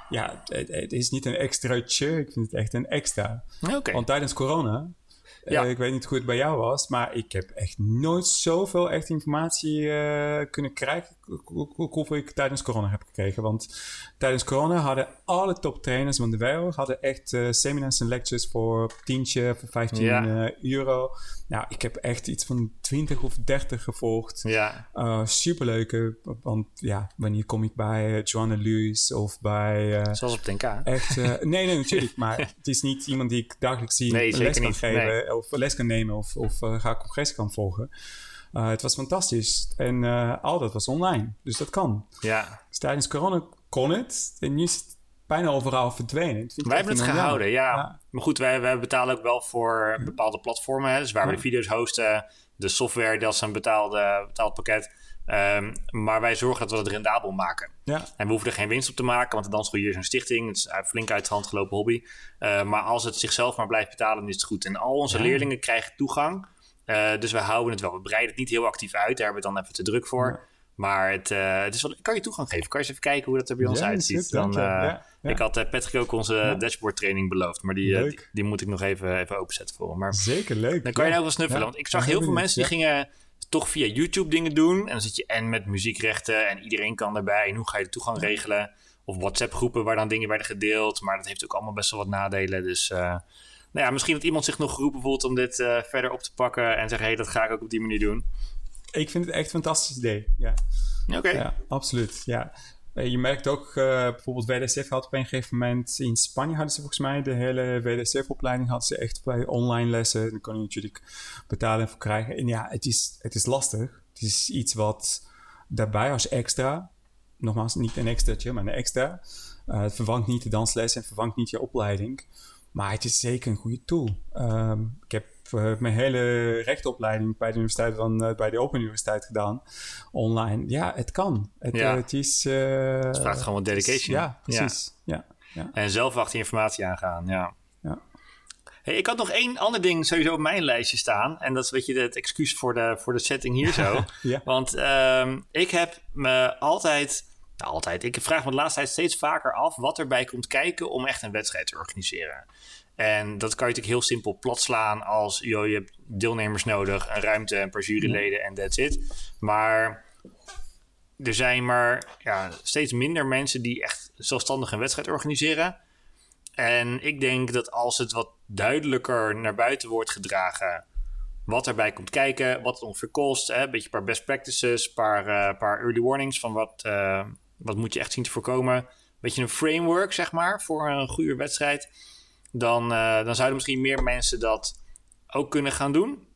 [SPEAKER 1] ja, het, het is niet een extraatje. Ik vind het echt een extra.
[SPEAKER 2] Oké. Okay.
[SPEAKER 1] Want tijdens corona...
[SPEAKER 2] Ja.
[SPEAKER 1] Uh, ik weet niet hoe het bij jou was, maar ik heb echt nooit zoveel echt informatie uh, kunnen krijgen hoeveel ik tijdens corona heb gekregen. Want tijdens corona hadden alle toptrainers van de wereld hadden echt uh, seminars en lectures voor tientje, voor vijftien ja. uh, euro. Nou, ik heb echt iets van twintig of dertig gevolgd.
[SPEAKER 2] Ja.
[SPEAKER 1] Uh, superleuke, want ja, wanneer kom ik bij uh, Joanna Lewis of bij... Uh,
[SPEAKER 2] Zoals op het N K.
[SPEAKER 1] Echt, uh, nee, nee, natuurlijk. Maar het is niet iemand die ik dagelijks zie
[SPEAKER 2] nee,
[SPEAKER 1] les kan
[SPEAKER 2] niet.
[SPEAKER 1] geven
[SPEAKER 2] Nee.
[SPEAKER 1] of les kan nemen of, of uh, ga congres kan volgen. Uh, het was fantastisch. En uh, al dat was online. Dus dat kan.
[SPEAKER 2] Ja.
[SPEAKER 1] Dus tijdens corona kon het. En nu is het bijna overal verdwenen.
[SPEAKER 2] Wij hebben het gehouden, ja. ja. Maar goed, wij, wij betalen ook wel voor bepaalde platformen. Hè? Dus waar ja. we de video's hosten, de software, dat is een betaalde, betaald pakket. Um, maar wij zorgen dat we het rendabel maken.
[SPEAKER 1] Ja.
[SPEAKER 2] En we hoeven er geen winst op te maken, want de Dansschool hier is een stichting. Het is een flink uit de hand gelopen hobby. Uh, maar als het zichzelf maar blijft betalen, dan is het goed. En al onze ja. leerlingen krijgen toegang. Uh, dus we houden het wel. We breiden het niet heel actief uit. Daar hebben we dan even te druk voor. Ja. Maar het, uh, het is wel, kan je toegang geven? Kan je eens even kijken hoe dat er bij ons ja, uitziet? Dan, uh, ja, ja. Ik had uh, Patrick ook onze ja. dashboard training beloofd. Maar die, uh, die, die moet ik nog even, even openzetten voor hem. Maar
[SPEAKER 1] zeker leuk.
[SPEAKER 2] Dan kan je nou wel snuffelen. Ja. Want ik zag ja, heel veel mensen ja. die gingen toch via YouTube dingen doen. En dan zit je en met muziekrechten en iedereen kan erbij. En hoe ga je de toegang ja. regelen? Of WhatsApp groepen waar dan dingen werden gedeeld. Maar dat heeft ook allemaal best wel wat nadelen. Dus uh, nou ja, misschien dat iemand zich nog geroepen voelt om dit uh, verder op te pakken. En zeggen, hé, hey, dat ga ik ook op die manier doen.
[SPEAKER 1] Ik vind het echt een fantastisch idee. Ja.
[SPEAKER 2] Oké. Okay.
[SPEAKER 1] Ja, absoluut. Ja. Je merkt ook, uh, bijvoorbeeld W D C had op een gegeven moment in Spanje hadden ze volgens mij de hele W D C-opleiding hadden ze echt bij online lessen. Dan kon je natuurlijk betalen voor krijgen. En ja, het is, het is lastig. Het is iets wat daarbij als extra, nogmaals niet een extraatje, maar een extra. Uh, het vervangt niet de dansles en het vervangt niet je opleiding. Maar het is zeker een goede tool. Um, ik heb uh, mijn hele rechtenopleiding bij de universiteit van uh, bij de Open Universiteit gedaan. Online. Ja, het kan. Het,
[SPEAKER 2] ja.
[SPEAKER 1] uh, het is... Uh,
[SPEAKER 2] het vraagt gewoon wat dedication.
[SPEAKER 1] Is, ja, precies. Ja. Ja, ja.
[SPEAKER 2] En zelf achter informatie aangaan, ja.
[SPEAKER 1] ja.
[SPEAKER 2] Hey, ik had nog één ander ding sowieso op mijn lijstje staan. En dat is een beetje het excuus voor de, voor de setting hier zo.
[SPEAKER 1] ja.
[SPEAKER 2] Want um, ik heb me altijd... Nou, altijd. Ik vraag me de laatste tijd steeds vaker af wat erbij komt kijken om echt een wedstrijd te organiseren. En dat kan je natuurlijk heel simpel platslaan als joh, je hebt deelnemers nodig, een ruimte, een paar juryleden en that's it. Maar er zijn maar ja, steeds minder mensen die echt zelfstandig een wedstrijd organiseren. En ik denk dat als het wat duidelijker naar buiten wordt gedragen wat erbij komt kijken, wat het ongeveer kost, hè, een beetje een paar best practices, een paar, uh, paar early warnings van wat, uh, wat moet je echt zien te voorkomen. Een beetje een framework, zeg maar, voor een goede wedstrijd. Dan, uh, dan zouden misschien meer mensen dat ook kunnen gaan doen.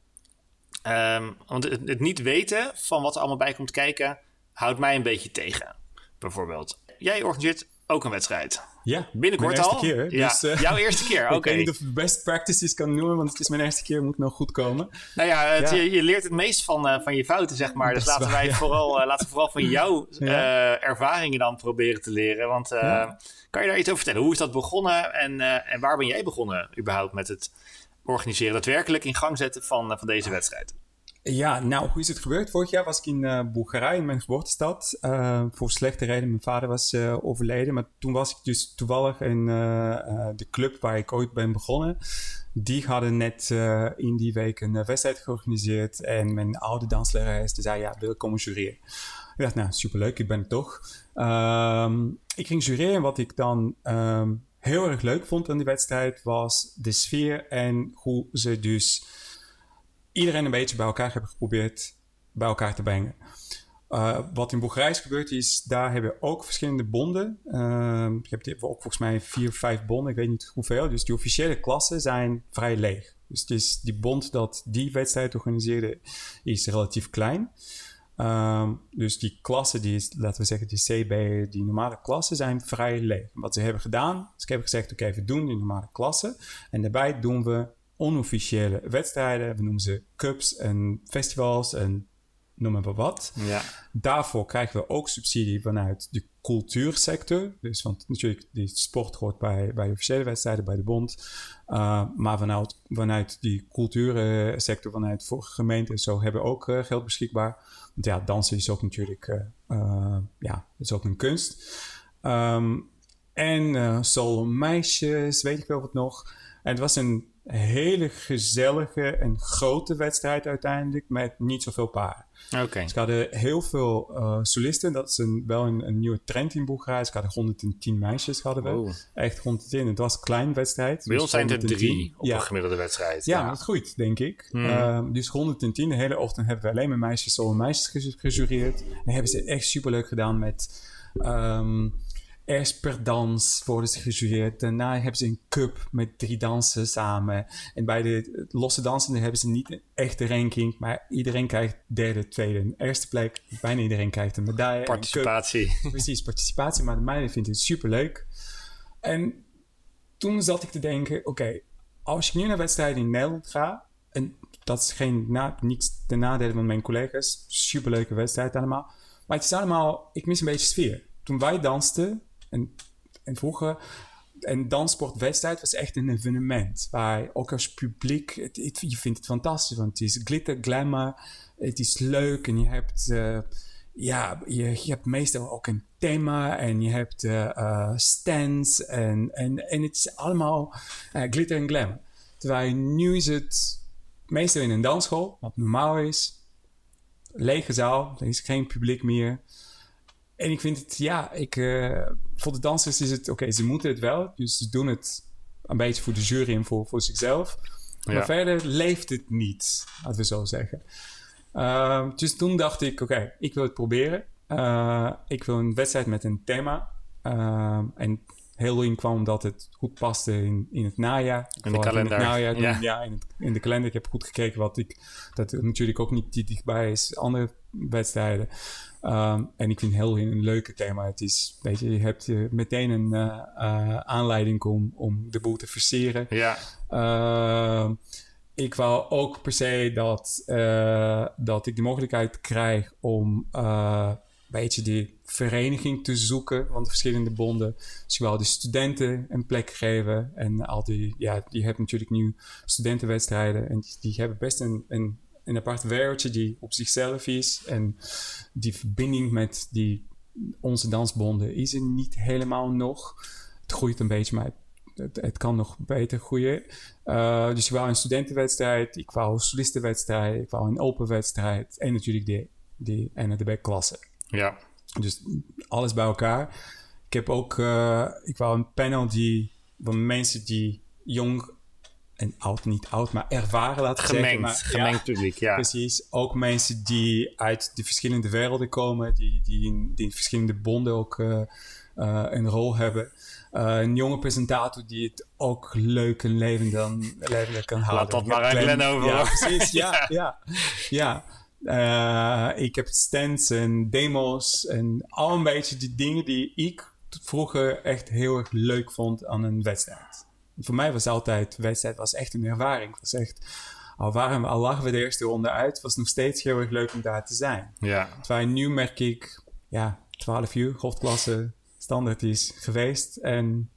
[SPEAKER 2] Um, want het, het niet weten van wat er allemaal bij komt kijken houdt mij een beetje tegen, bijvoorbeeld. Jij organiseert ook een wedstrijd.
[SPEAKER 1] Ja,
[SPEAKER 2] binnenkort
[SPEAKER 1] mijn
[SPEAKER 2] al.
[SPEAKER 1] Eerste keer,
[SPEAKER 2] ja,
[SPEAKER 1] dus, uh,
[SPEAKER 2] jouw eerste keer, oké.
[SPEAKER 1] Okay. Ik weet niet of ik best practices kan noemen, want het is mijn eerste keer, moet nog goed komen.
[SPEAKER 2] Nou ja, het, ja. Je, je leert het meest van, uh, van je fouten, zeg maar. Dus laten, waar, wij ja. vooral, uh, laten we vooral van jouw uh, ja. ervaringen dan proberen te leren. Want uh, ja. kan je daar iets over vertellen? Hoe is dat begonnen en, uh, en waar ben jij begonnen überhaupt met het organiseren, daadwerkelijk in gang zetten van, uh, van deze wedstrijd?
[SPEAKER 1] Ja, nou, hoe is het gebeurd? Vorig jaar was ik in uh, Bulgarije, in mijn geboortestad. Uh, voor slechte reden. Mijn vader was uh, overleden. Maar toen was ik dus toevallig in uh, uh, de club waar ik ooit ben begonnen. Die hadden net uh, in die week een uh, wedstrijd georganiseerd. En mijn oude danslerares die zei, ja, wil ik komen jureren? Ik dacht, nou, superleuk, ik ben het toch. Um, ik ging jureren en wat ik dan um, heel erg leuk vond aan die wedstrijd was de sfeer en hoe ze dus iedereen een beetje bij elkaar hebben geprobeerd bij elkaar te brengen. Uh, wat in Bulgarije is gebeurd is, daar hebben we ook verschillende bonden. Uh, je hebt ook volgens mij vier of vijf bonden, ik weet niet hoeveel. Dus die officiële klassen zijn vrij leeg. Dus het is die bond dat die wedstrijd organiseerde is relatief klein. Um, dus die klassen, die is, laten we zeggen die C B, die normale klassen zijn vrij leeg. Wat ze hebben gedaan, is ik heb gezegd, oké, okay, we doen die normale klassen. En daarbij doen we onofficiële wedstrijden. We noemen ze cups en festivals en noem maar wat.
[SPEAKER 2] Ja.
[SPEAKER 1] Daarvoor krijgen we ook subsidie vanuit de cultuursector. Dus want natuurlijk, die sport hoort bij, bij de officiële wedstrijden, bij de bond. Uh, maar vanuit, vanuit die cultuursector, vanuit voor gemeenten, zo hebben we ook uh, geld beschikbaar. Want ja, dansen is ook natuurlijk, uh, uh, ja, is ook een kunst. Um, En uh, solo meisjes, weet ik wel wat nog. En het was een hele gezellige en grote wedstrijd uiteindelijk met niet zoveel paarden.
[SPEAKER 2] Okay.
[SPEAKER 1] Dus we hadden heel veel uh, solisten. Dat is een, wel een, een nieuwe trend in Bulgarije. Dus we hadden honderdtien meisjes. Hadden we.
[SPEAKER 2] Oh.
[SPEAKER 1] Echt honderdtien. Het was een kleine wedstrijd.
[SPEAKER 2] Bij ons
[SPEAKER 1] dus
[SPEAKER 2] zijn er drie op
[SPEAKER 1] ja.
[SPEAKER 2] een gemiddelde wedstrijd.
[SPEAKER 1] Ja,
[SPEAKER 2] ja.
[SPEAKER 1] dat groeit, denk ik.
[SPEAKER 2] Hmm.
[SPEAKER 1] Uh, dus honderdtien. De hele ochtend hebben we alleen maar meisjes, solo meisjes gejureerd. En hebben ze echt superleuk gedaan met... Um, Eerst per dans worden ze gejureerd. Daarna hebben ze een cup met drie dansen samen. En bij de losse dansen hebben ze niet een echte ranking. Maar iedereen krijgt derde, tweede en eerste plek. Bijna iedereen krijgt een medaille.
[SPEAKER 2] Participatie.
[SPEAKER 1] Een cup. Precies, participatie. Maar de meiden vinden het superleuk. En toen zat ik te denken... Oké, okay, als ik nu naar wedstrijden in Nederland ga... En dat is geen na, niets ten nadele van mijn collega's. Superleuke wedstrijd allemaal. Maar het is allemaal... Ik mis een beetje sfeer. Toen wij dansten... En, en vroeger, een danssportwedstrijd was echt een evenement. Waar ook als publiek, het, het, je vindt het fantastisch. Want het is glitter, glamour, het is leuk. En je hebt, uh, ja, je, je hebt meestal ook een thema. En je hebt uh, uh, stands. En, en, en het is allemaal uh, glitter en glamour. Terwijl nu is het meestal in een dansschool, wat normaal is. Lege zaal, er is geen publiek meer. En ik vind het, ja, ik, uh, voor de dansers is het, oké, okay, ze moeten het wel. Dus ze doen het een beetje voor de jury en voor, voor zichzelf. Ja. Maar verder leeft het niet, laten we zo zeggen. Uh, dus toen dacht ik, oké, okay, ik wil het proberen. Uh, ik wil een wedstrijd met een thema. Uh, en Halloween kwam omdat het goed paste in, in het najaar.
[SPEAKER 2] In de kalender.
[SPEAKER 1] In het najaar,
[SPEAKER 2] ja,
[SPEAKER 1] toen, ja in, het, in de kalender. Ik heb goed gekeken wat ik... Dat het natuurlijk ook niet dichtbij is. Andere wedstrijden. Um, en ik vind Halloween een leuke thema. Het is, weet je, je hebt uh, meteen een uh, uh, aanleiding om, om de boel te versieren.
[SPEAKER 2] Ja.
[SPEAKER 1] Uh, ik wou ook per se dat, uh, dat ik de mogelijkheid krijg om uh, een beetje die vereniging te zoeken van de verschillende bonden. Dus ik wou de studenten een plek geven. En al die, ja, die hebben natuurlijk nu studentenwedstrijden. En die, die hebben best een, een een apart wereldje die op zichzelf is. En die verbinding met die, onze dansbonden is er niet helemaal nog. Het groeit een beetje, maar het, het kan nog beter groeien. Uh, dus ik wou een studentenwedstrijd, ik wou een solistenwedstrijd, ik wou een open wedstrijd en natuurlijk die, die N L B-klasse.
[SPEAKER 2] Ja.
[SPEAKER 1] Dus alles bij elkaar. Ik heb ook, uh, ik wou een panel die, van mensen die jong... En oud, niet oud, maar ervaren laten
[SPEAKER 2] gemengd,
[SPEAKER 1] zeggen. Maar,
[SPEAKER 2] gemengd
[SPEAKER 1] ja,
[SPEAKER 2] publiek, ja.
[SPEAKER 1] Precies. Ook mensen die uit de verschillende werelden komen. Die, die, in, die in verschillende bonden ook uh, uh, een rol hebben. Uh, een jonge presentator die het ook leuk en levendig, levendig kan houden.
[SPEAKER 2] Laat dat maar aan Glenn over.
[SPEAKER 1] Ja, precies. Ja, ja. ja. ja. Uh, ik heb stands en demo's. En al een beetje die dingen die ik vroeger echt heel erg leuk vond aan een wedstrijd. Voor mij was altijd, de wedstrijd was echt een ervaring. Het was echt, al, waren we, al lagen we de eerste ronde uit, was het nog steeds heel erg leuk om daar te zijn.
[SPEAKER 2] Ja.
[SPEAKER 1] Terwijl nu merk ik, ja, twaalf uur, hoofdklasse, standaard is geweest. En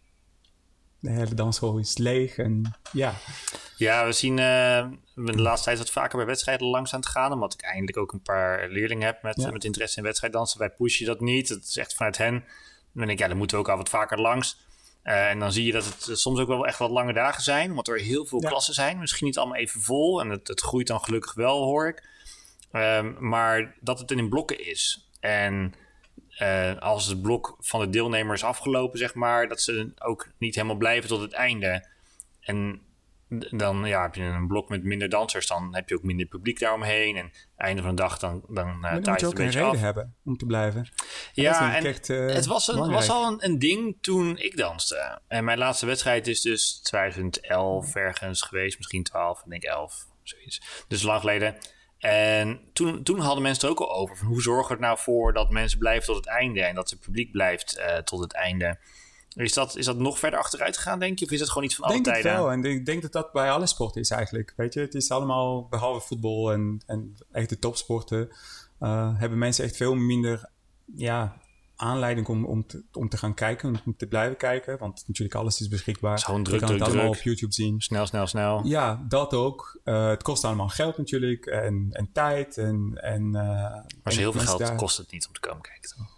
[SPEAKER 1] de hele dansschool is leeg en ja.
[SPEAKER 2] Ja, we zien uh, de laatste tijd wat vaker bij wedstrijden langs aan het gaan. Omdat ik eindelijk ook een paar leerlingen heb met, ja. met interesse in wedstrijddansen. Wij pushen dat niet, het is echt vanuit hen. Dan denk ik, ja, dan moeten we ook al wat vaker langs. Uh, en dan zie je dat het soms ook wel echt wat lange dagen zijn. Omdat er heel veel ja. klassen zijn. Misschien niet allemaal even vol. En het, het groeit dan gelukkig wel, hoor ik. Um, maar dat het in blokken is. En uh, als het blok van de deelnemers afgelopen, zeg maar... dat ze ook niet helemaal blijven tot het einde. En dan ja, heb je een blok met minder dansers. Dan heb je ook minder publiek daaromheen. En einde van de dag dan, dan uh,
[SPEAKER 1] maar dan moet je ook een reden af. hebben om te blijven.
[SPEAKER 2] Ja, en echt, uh, het was, een, was al een, een ding toen ik danste. En mijn laatste wedstrijd is dus twintig elf ergens geweest. Misschien twaalf, ik denk elf, zoiets. Dus lang geleden. En toen, toen hadden mensen het er ook al over. Van hoe zorgen we er nou voor dat mensen blijven tot het einde... en dat het publiek blijft uh, tot het einde... Is dat, is dat nog verder achteruit gegaan, denk je? Of is dat gewoon iets van alle
[SPEAKER 1] denk
[SPEAKER 2] tijden?
[SPEAKER 1] Ik denk het wel. En ik denk dat dat bij alle sporten is eigenlijk. Weet je, het is allemaal, behalve voetbal en, en echt de topsporten... Uh, hebben mensen echt veel minder ja, aanleiding om, om, te, om te gaan kijken. Om te blijven kijken. Want natuurlijk alles is beschikbaar.
[SPEAKER 2] Zo'n druk,
[SPEAKER 1] je kan
[SPEAKER 2] druk,
[SPEAKER 1] het allemaal
[SPEAKER 2] druk.
[SPEAKER 1] op YouTube zien.
[SPEAKER 2] Snel, snel, snel.
[SPEAKER 1] Ja, dat ook. Uh, het kost allemaal geld natuurlijk. En, en tijd. En, en, uh,
[SPEAKER 2] maar als je heel veel geld daar... kost het niet om te komen kijken, toch?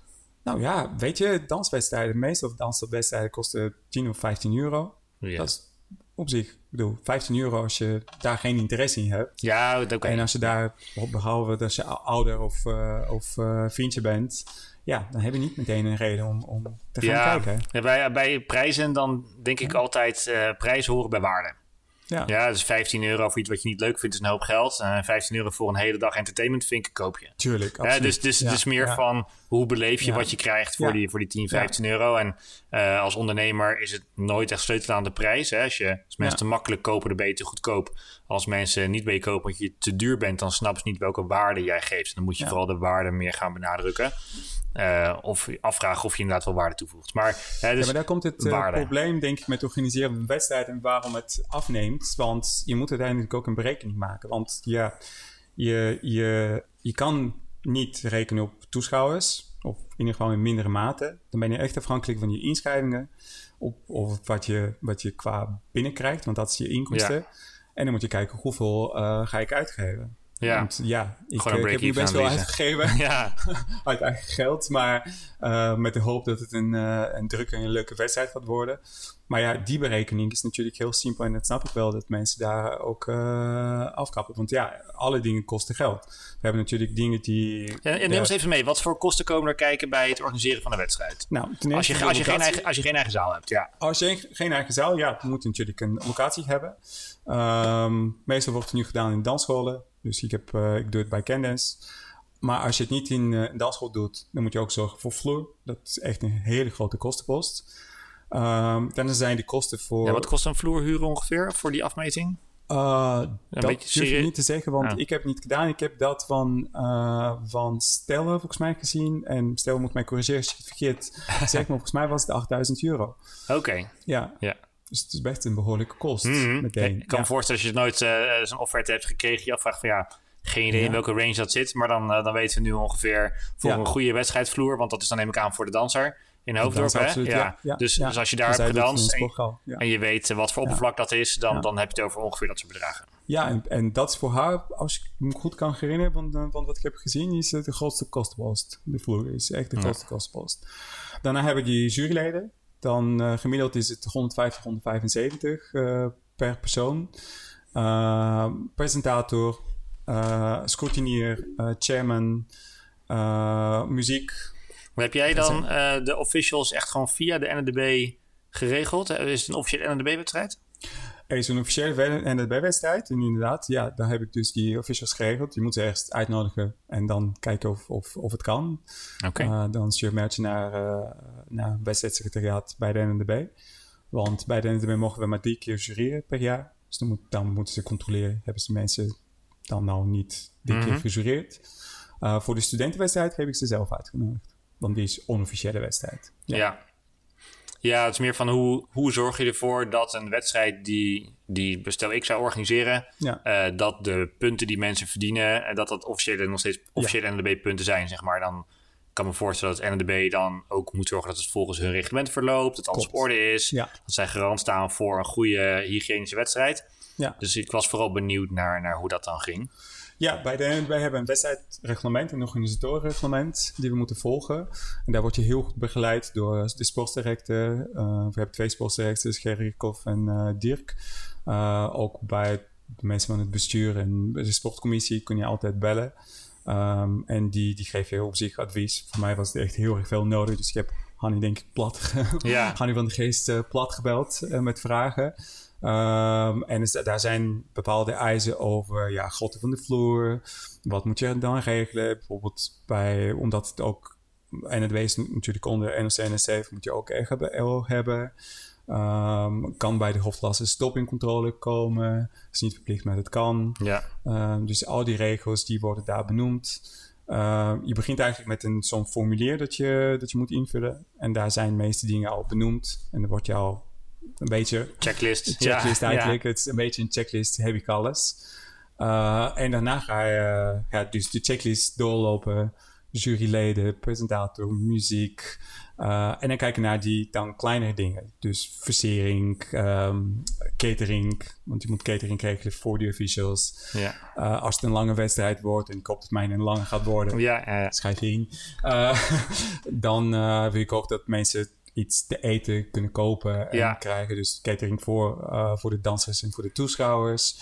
[SPEAKER 1] Nou ja, weet je, danswedstrijden, meestal danswedstrijden kosten tien of vijftien euro. Ja. Dat is op zich, ik bedoel, vijftien euro als je daar geen interesse in hebt.
[SPEAKER 2] Ja, oké. Okay.
[SPEAKER 1] En als je daar, behalve dat je ouder of, uh, of uh, vriendje bent, ja, dan heb je niet meteen een reden om, om te gaan
[SPEAKER 2] ja,
[SPEAKER 1] kijken.
[SPEAKER 2] Ja, bij, bij prijzen dan denk ik altijd, uh, prijzen horen bij waarde. Ja. ja, dus vijftien euro voor iets wat je niet leuk vindt is een hoop geld. Uh, vijftien euro voor een hele dag entertainment vind ik een koopje.
[SPEAKER 1] Tuurlijk, absoluut.
[SPEAKER 2] Ja, dus dus ja, het is meer ja. van hoe beleef je ja. wat je krijgt voor, ja. die, voor die tien, vijftien ja. euro. En uh, als ondernemer is het nooit echt sleutelen aan de prijs. Hè? Als, je, als mensen ja. te makkelijk kopen, dan ben je te goedkoop. Als mensen niet bij je kopen omdat je te duur bent, dan snappen ze niet welke waarde jij geeft. En dan moet je ja. vooral de waarde meer gaan benadrukken. Uh, of afvragen of je inderdaad wel waarde toevoegt. Maar, hè, dus
[SPEAKER 1] ja, maar daar komt het uh, probleem, denk ik, met organiseren van een wedstrijd en waarom het afneemt. Want je moet uiteindelijk ook een berekening maken. Want ja, je, je, je kan niet rekenen op toeschouwers, of in ieder geval in mindere mate. Dan ben je echt afhankelijk van je inschrijvingen, op, of wat je, wat je qua binnenkrijgt, want dat is je inkomsten. Ja. En dan moet je kijken hoeveel uh, ga ik uitgeven.
[SPEAKER 2] Ja,
[SPEAKER 1] Want, ja ik, ik heb nu best wel uitgegeven
[SPEAKER 2] ja.
[SPEAKER 1] uit eigen geld, maar uh, met de hoop dat het een, uh, een drukke en een leuke wedstrijd gaat worden. Maar ja, die berekening is natuurlijk heel simpel en dat snap ik wel dat mensen daar ook uh, afkappen. Want ja, alle dingen kosten geld. We hebben natuurlijk dingen die...
[SPEAKER 2] Ja, en neem eens even mee, wat voor kosten komen er kijken bij het organiseren van een wedstrijd?
[SPEAKER 1] Nou,
[SPEAKER 2] als, je, als, je geen eigen, als je geen eigen zaal hebt, ja.
[SPEAKER 1] Als je geen eigen zaal, ja, dan moet je natuurlijk een locatie hebben. Um, meestal wordt het nu gedaan in dansscholen. Dus ik, heb, uh, ik doe het bij Candance. Maar als je het niet in uh, een dansschool doet, dan moet je ook zorgen voor vloer. Dat is echt een hele grote kostenpost. Um, dan zijn de kosten voor...
[SPEAKER 2] Ja, wat kost een vloerhuur ongeveer voor die afmeting?
[SPEAKER 1] Uh, dat durf ik niet te zeggen, want ja. ik heb het niet gedaan. Ik heb dat van, uh, van Stella volgens mij gezien. En Stella moet mij corrigeren als je het vergeet. Zeg maar, volgens mij was het achttduizend euro.
[SPEAKER 2] Oké. Okay.
[SPEAKER 1] Ja.
[SPEAKER 2] ja.
[SPEAKER 1] Dus het is best een behoorlijke kost.
[SPEAKER 2] Mm-hmm.
[SPEAKER 1] Meteen.
[SPEAKER 2] Ik kan ja. me voorstellen als je nooit uh, zo'n offerte hebt gekregen. Je afvraagt van ja, geen idee ja. in welke range dat zit. Maar dan, uh, dan weten we nu ongeveer voor ja. een goede wedstrijdvloer. Want dat is dan neem ik aan voor de danser in Hoofddorp. Hè? Ja. Ja. Ja. Dus, ja. dus als je daar hebt gedanst en, ja. en je weet uh, wat voor oppervlak ja. dat is. Dan, ja. dan heb je het over ongeveer dat soort bedragen.
[SPEAKER 1] Ja, en, en dat is voor haar, als ik me goed kan herinneren, want, want wat ik heb gezien, is de grootste kostenpost. De vloer is echt de grootste ja. kostenpost. Daarna hebben die juryleden. Dan uh, gemiddeld is het honderdvijftig, honderdvijfenzeventig uh, per persoon. Uh, presentator, uh, scrutinier, uh, chairman, uh, muziek.
[SPEAKER 2] Maar heb jij dan uh, de officials echt gewoon via de N N D B geregeld? Is het een officiële N N D B-wedstrijd?
[SPEAKER 1] Er is een officiële N N D B-wedstrijd. En inderdaad, ja, daar heb ik dus die officials geregeld. Je moet ze eerst uitnodigen en dan kijken of, of, of het kan.
[SPEAKER 2] Okay.
[SPEAKER 1] Uh, dan stuur je mailtje naar, uh, naar wedstrijdsecretariaat bij de N N D B. Want bij de N N D B mogen we maar drie keer jureren per jaar. Dus dan, moet, dan moeten ze controleren, hebben ze mensen dan nou niet drie mm-hmm. keer gejureerd. Uh, voor de studentenwedstrijd heb ik ze zelf uitgenodigd. Want die is onofficiële wedstrijd.
[SPEAKER 2] Ja. ja. Ja, het is meer van hoe, hoe zorg je ervoor dat een wedstrijd die, die bestel ik zou organiseren, ja. uh, dat de punten die mensen verdienen, uh, dat dat officiële nog steeds officiële ja. N N D B-punten zijn, zeg maar. Dan kan me voorstellen dat N N D B dan ook moet zorgen dat het volgens hun reglement verloopt, dat alles op orde is, ja. dat zij garant staan voor een goede hygiënische wedstrijd. Ja. Dus ik was vooral benieuwd naar, naar hoe dat dan ging.
[SPEAKER 1] Ja, bij de N N D B hebben we een wedstrijdreglement, een organisatorenreglement die we moeten volgen. En daar word je heel goed begeleid door de sportsdirector. Uh, we hebben twee sportsdirectors, Gerrie Koff en uh, Dirk. Uh, ook bij de mensen van het bestuur en de sportcommissie kun je altijd bellen. Um, en die, die geven je op zich advies. Voor mij was het echt heel erg veel nodig, dus ik heb Hanni denk ik plat, ja. Hanni van de Geest uh, plat gebeld uh, met vragen. Um, en dus, daar zijn bepaalde eisen over ja, grootte van de vloer. Wat moet je dan regelen? Bijvoorbeeld bij, omdat het ook N N D B is natuurlijk onder N O C N S C, moet je ook R G B L hebben. Um, kan bij de hoofdklasse dopingcontrole komen. Is niet verplicht, maar het kan.
[SPEAKER 2] Ja.
[SPEAKER 1] Um, dus al die regels die worden daar benoemd. Uh, je begint eigenlijk met een zo'n formulier dat je, dat je moet invullen. En daar zijn de meeste dingen al benoemd. En dan word je al een beetje...
[SPEAKER 2] Checklist.
[SPEAKER 1] Een checklist
[SPEAKER 2] ja,
[SPEAKER 1] eigenlijk.
[SPEAKER 2] Ja.
[SPEAKER 1] Het is een beetje een checklist, heb ik alles. Uh, en daarna ga je uh, ja, dus de checklist doorlopen. juryleden, presentator, muziek. Uh, en dan kijken naar die dan kleinere dingen. Dus versiering, um, catering. Want je moet catering regelen voor de officials.
[SPEAKER 2] Ja.
[SPEAKER 1] Uh, als het een lange wedstrijd wordt, en ik hoop dat mijn een lange gaat worden.
[SPEAKER 2] Ja, uh.
[SPEAKER 1] Schijt in. Uh, dan uh, wil ik ook dat mensen iets te eten kunnen kopen en ja. krijgen. Dus catering voor, uh, voor de dansers en voor de toeschouwers.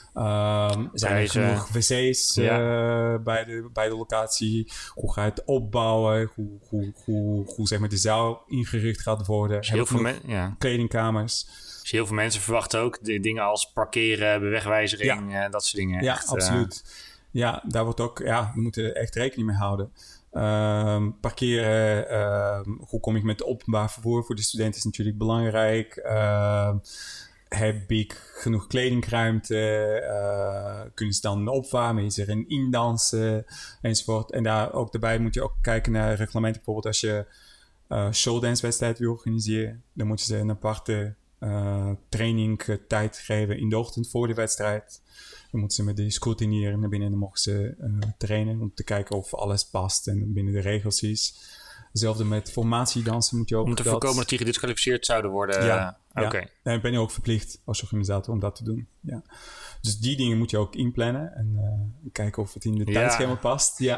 [SPEAKER 1] Um, zijn er genoeg wc's uh, ja. bij, de, bij de locatie? Hoe ga je het opbouwen? Hoe, hoe, hoe, hoe zeg maar de zaal ingericht gaat worden?
[SPEAKER 2] Dus heel veel men- ja.
[SPEAKER 1] kledingkamers.
[SPEAKER 2] Dus heel veel mensen verwachten ook de dingen als parkeren, bewegwijzering, ja. uh, dat soort dingen.
[SPEAKER 1] Ja,
[SPEAKER 2] echt,
[SPEAKER 1] absoluut. Uh... Ja, daar wordt ook, ja, we moeten echt rekening mee houden. Um, parkeren, uh, hoe kom ik met openbaar vervoer voor de studenten is natuurlijk belangrijk. Uh, heb ik genoeg kledingruimte? Uh, kunnen ze dan opwarmen? Is er een indansen? Enzovoort. En daar ook daarbij moet je ook kijken naar reglementen. Bijvoorbeeld als je uh, showdance-wedstrijd wil organiseren, dan moeten ze een aparte uh, training uh, tijd geven in de ochtend voor de wedstrijd. Dan moeten ze met de scrutineer naar binnen en dan mogen ze uh, trainen om te kijken of alles past en binnen de regels is. Hetzelfde met formatiedansen moet je ook...
[SPEAKER 2] Om te dat... voorkomen dat die gedisqualificeerd zouden worden.
[SPEAKER 1] Ja,
[SPEAKER 2] uh,
[SPEAKER 1] ja.
[SPEAKER 2] Okay.
[SPEAKER 1] En ben je ook verplicht als organisator om dat te doen. Ja. Dus die dingen moet je ook inplannen en uh, kijken of het in de ja. tijdschema past. Ja.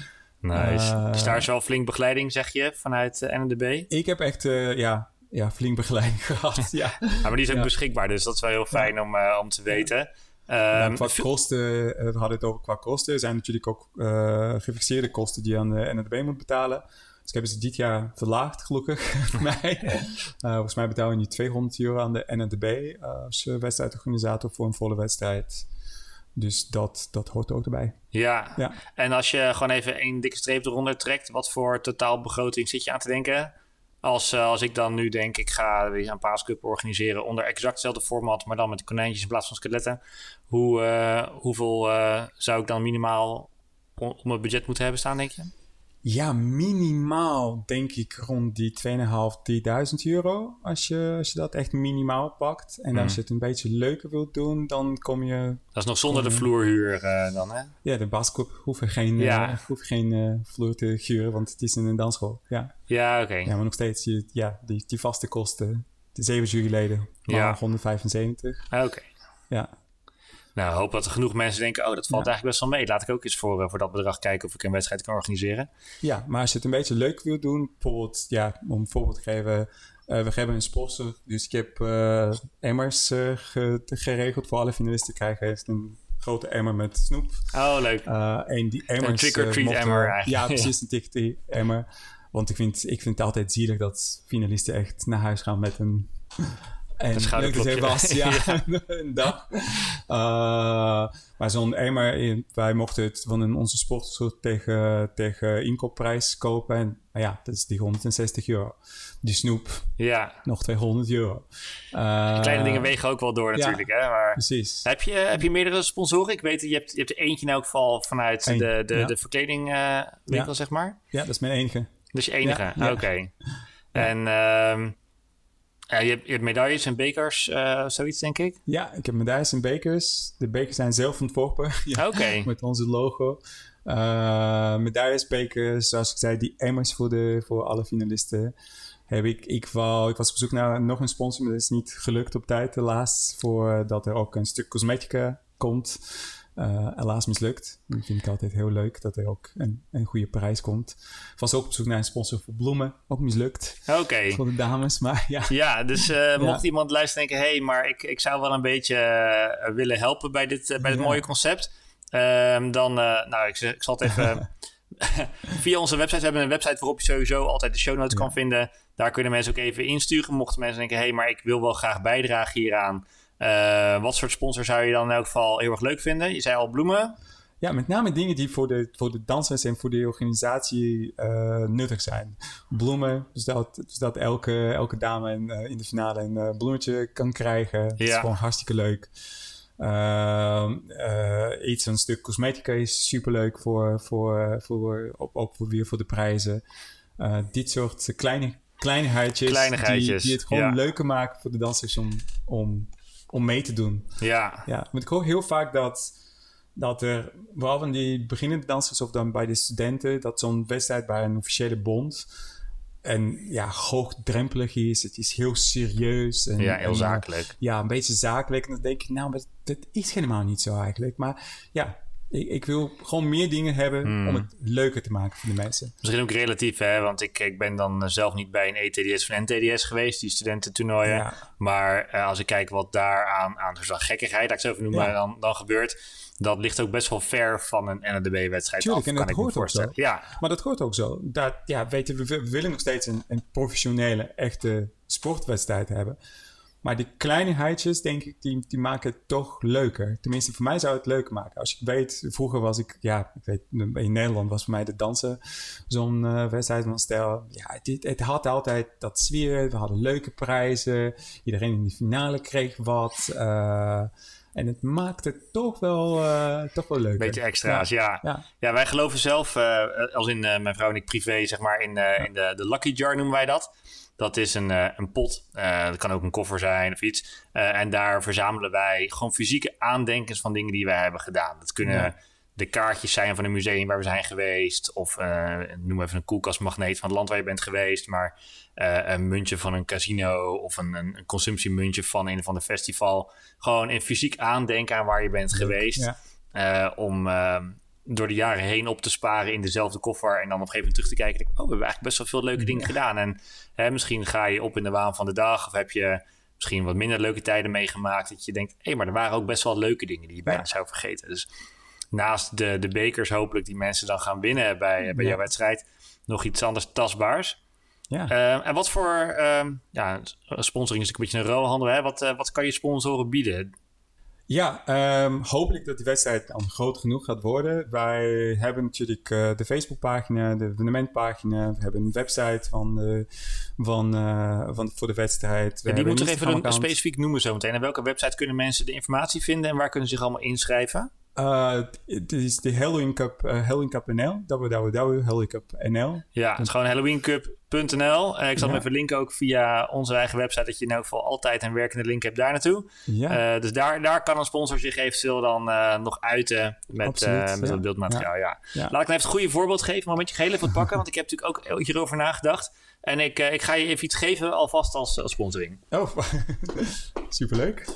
[SPEAKER 2] Nice. Uh, dus daar is wel flink begeleiding, zeg je, vanuit uh, N N D B?
[SPEAKER 1] Ik heb echt, uh, ja, ja, flink begeleiding gehad. Ja.
[SPEAKER 2] ja, maar die is ook ja. beschikbaar, dus dat is wel heel fijn ja. om, uh, om te weten. Ja.
[SPEAKER 1] Um, nou, qua kosten, uh, we hadden het over qua kosten. Er zijn natuurlijk ook uh, gefixeerde kosten die je aan de N N D B moet betalen. Dus ik heb ze dit jaar verlaagd, gelukkig, voor mij. Uh, volgens mij betaal je nu tweehonderd euro aan de N N D B uh, als wedstrijdorganisator voor een volle wedstrijd. Dus dat, dat hoort ook erbij.
[SPEAKER 2] Ja. ja, en als je gewoon even één dikke streep eronder trekt, wat voor totaalbegroting zit je aan te denken? Als, uh, als ik dan nu denk, ik ga weer een paascup organiseren onder exact hetzelfde format, maar dan met konijntjes in plaats van skeletten. Hoe, uh, hoeveel uh, zou ik dan minimaal op mijn budget moeten hebben staan, denk je?
[SPEAKER 1] Ja, minimaal denk ik rond die tweeduizend vijfhonderd, drieduizend euro. Als je, als je dat echt minimaal pakt. En mm. als je het een beetje leuker wilt doen, dan kom je...
[SPEAKER 2] Dat is nog zonder kom, de vloerhuur uh, dan, hè?
[SPEAKER 1] Ja, de basisclub hoeft geen, ja. uh, hoeft geen uh, vloer te huren, want het is in een dansschool. Ja,
[SPEAKER 2] ja oké. Okay.
[SPEAKER 1] Ja, maar nog steeds je, ja, die, die vaste kosten. De zeven juryleden, ja. honderdvijfenzeventig.
[SPEAKER 2] Oké. Okay.
[SPEAKER 1] Ja.
[SPEAKER 2] Nou, ik hoop dat er genoeg mensen denken, oh, dat valt ja. eigenlijk best wel mee. Laat ik ook eens voor, uh, voor dat bedrag kijken of ik een wedstrijd kan organiseren.
[SPEAKER 1] Ja, maar als je het een beetje leuk wil doen, bijvoorbeeld, ja, om een voorbeeld te geven, uh, we hebben een sponsor, dus ik heb uh, emmers uh, ge- geregeld voor alle finalisten krijgen. Heeft een grote emmer met snoep.
[SPEAKER 2] Oh, leuk.
[SPEAKER 1] Uh, en die emmers...
[SPEAKER 2] Een trick-or-treat
[SPEAKER 1] uh,
[SPEAKER 2] emmer eigenlijk.
[SPEAKER 1] Ja, precies, een trick-or-treat emmer. Want ik vind, ik vind het altijd zielig dat finalisten echt naar huis gaan met een... En leuk dat hij was, ja, ja. een dag. Uh, maar zo'n emmer, wij mochten het van een, onze sponsor tegen, tegen inkoopprijs kopen. En nou ja, dat is die honderdzestig euro. Die snoep,
[SPEAKER 2] ja.
[SPEAKER 1] nog tweehonderd euro. Uh,
[SPEAKER 2] Kleine dingen wegen ook wel door natuurlijk. Ja, hè? Maar
[SPEAKER 1] precies.
[SPEAKER 2] Heb je, heb je meerdere sponsoren? Ik weet, je hebt, je hebt er eentje in elk geval vanuit Eén, de, de, ja. de verkledingwinkel, uh, ja. zeg maar.
[SPEAKER 1] Ja, dat is mijn enige.
[SPEAKER 2] Dat is je enige? Ja, ja. Oké. Okay. Ja. En... Uh, Uh, je, hebt, je hebt medailles en bekers, uh, zoiets denk ik?
[SPEAKER 1] Ja, ik heb medailles en bekers. De bekers zijn zelf ontworpen. ja,
[SPEAKER 2] okay.
[SPEAKER 1] Met onze logo. Uh, medailles, bekers, zoals ik zei, die emmers voor, de, voor alle finalisten. Heb ik, ik, wou, ik was op zoek naar nog een sponsor, maar dat is niet gelukt op tijd helaas. Voordat er ook een stuk cosmetica komt. Uh, helaas mislukt. Dat vind ik altijd heel leuk, dat er ook een, een goede prijs komt. Ik was ook op zoek naar een sponsor voor bloemen. Ook mislukt.
[SPEAKER 2] Oké. Okay.
[SPEAKER 1] Voor de dames, maar ja.
[SPEAKER 2] Ja, dus uh, ja. mocht iemand luisteren en denken... hé, hey, maar ik, ik zou wel een beetje uh, willen helpen bij dit, uh, bij dit ja. mooie concept. Uh, dan, uh, nou, ik, ik zal het even... via onze website. We hebben een website waarop je sowieso altijd de show notes ja. kan vinden. Daar kunnen mensen ook even insturen. Mochten mensen denken... hé, hey, maar ik wil wel graag bijdragen hieraan... Uh, wat soort sponsor zou je dan in elk geval heel erg leuk vinden? Je zei al bloemen.
[SPEAKER 1] Ja, met name dingen die voor de, voor de dansers en voor de organisatie uh, nuttig zijn. Bloemen, dus dat, dus dat elke, elke dame in, uh, in de finale een uh, bloemetje kan krijgen. Dat ja. is gewoon hartstikke leuk. Uh, uh, iets, een stuk cosmetica is superleuk voor, voor, voor, op, ook voor, weer voor de prijzen. Uh, dit soort kleine, kleinigheidjes,
[SPEAKER 2] kleinigheidjes
[SPEAKER 1] die, die het gewoon
[SPEAKER 2] ja.
[SPEAKER 1] leuker maken voor de dansers om... om om mee te doen.
[SPEAKER 2] Ja.
[SPEAKER 1] ja. Want ik hoor heel vaak dat dat er, vooral van die beginnende dansers of dan bij de studenten, dat zo'n wedstrijd bij een officiële bond en ja, hoogdrempelig is. Het is heel serieus. En,
[SPEAKER 2] ja, heel
[SPEAKER 1] en,
[SPEAKER 2] zakelijk.
[SPEAKER 1] Ja, een beetje zakelijk. En dan denk ik, nou, dat, dat is helemaal niet zo eigenlijk. Maar ja, ik, ik wil gewoon meer dingen hebben hmm. om het leuker te maken voor de mensen.
[SPEAKER 2] Misschien ook relatief, hè? Want ik, ik ben dan zelf niet bij een E T D S of een N T D S geweest, die studententoernooien. Ja. Maar uh, als ik kijk wat daar aan, aan zo'n gekkigheid, dat ik zo even noemen, ja. dan, dan gebeurt, dat ligt ook best wel ver van een N L D B-wedstrijd
[SPEAKER 1] Tuurlijk,
[SPEAKER 2] af,
[SPEAKER 1] en
[SPEAKER 2] kan
[SPEAKER 1] dat
[SPEAKER 2] ik me voorstellen.
[SPEAKER 1] Ja. Maar dat hoort ook zo. Dat, ja, weet je, we, we willen nog steeds een, een professionele, echte sportwedstrijd hebben. Maar die kleinigheidjes, denk ik, die, die maken het toch leuker. Tenminste, voor mij zou het leuker maken. Als je weet, vroeger was ik, ja, ik weet, in Nederland was voor mij de dansen zo'n uh, wedstrijd van stel. Ja, het, het had altijd dat sfeer. We hadden leuke prijzen. Iedereen in de finale kreeg wat. Uh, En het maakt het toch wel, uh, toch wel leuker.
[SPEAKER 2] Beetje extra's, ja. Ja, ja. ja wij geloven zelf, uh, als in uh, mijn vrouw en ik privé, zeg maar, in, uh, ja. in de, de Lucky Jar noemen wij dat. Dat is een, uh, een pot. Uh, dat kan ook een koffer zijn of iets. Uh, en daar verzamelen wij gewoon fysieke aandenkens van dingen die wij hebben gedaan. Dat kunnen ja. de kaartjes zijn van een museum waar we zijn geweest. Of uh, noem even een koelkastmagneet van het land waar je bent geweest. Maar uh, een muntje van een casino of een, een consumptiemuntje van een of ander festival. Gewoon een fysiek aandenken aan waar je bent geweest. Ja. Uh, om uh, door de jaren heen op te sparen in dezelfde koffer. En dan op een gegeven moment terug te kijken. Denk, oh, we hebben eigenlijk best wel veel leuke dingen ja. gedaan. En hè, misschien ga je op in de waan van de dag. Of heb je misschien wat minder leuke tijden meegemaakt. Dat je denkt, hé, hey, maar er waren ook best wel leuke dingen die je bijna ja. zou vergeten. Dus naast de, de bekers hopelijk die mensen dan gaan winnen bij, bij ja. jouw wedstrijd. Nog iets anders tastbaars. Ja. Uh, en wat voor uh, ja, sponsoring is een beetje een ruilhandel. Hè? Wat, uh, wat kan je sponsoren bieden?
[SPEAKER 1] Ja, um, hopelijk dat die wedstrijd dan groot genoeg gaat worden. Wij hebben natuurlijk uh, de Facebookpagina, de evenementpagina. We hebben een website van de, van, uh, van, voor de wedstrijd.
[SPEAKER 2] En die moet er even een, specifiek noemen zo meteen. En welke website kunnen mensen de informatie vinden en waar kunnen ze zich allemaal inschrijven?
[SPEAKER 1] Uh, het is de Halloween Cup, uh, Halloween Cup N L. w w w punt halloween cup n l.
[SPEAKER 2] Ja, het is gewoon halloween cup punt n l. Uh, ik zal ja. hem even linken ook via onze eigen website, dat je in elk geval altijd een werkende link hebt daar naartoe. Ja. Uh, dus daar, daar kan een sponsor zich eventueel dan uh, nog uiten met, uh, met ja. dat beeldmateriaal. Ja. Ja. Ja. Laat ik nou even een goede voorbeeld geven, maar met je geheel even wat pakken, want ik heb natuurlijk ook hierover nagedacht. En ik, uh, ik ga je even iets geven alvast als, als sponsoring.
[SPEAKER 1] Oh, superleuk.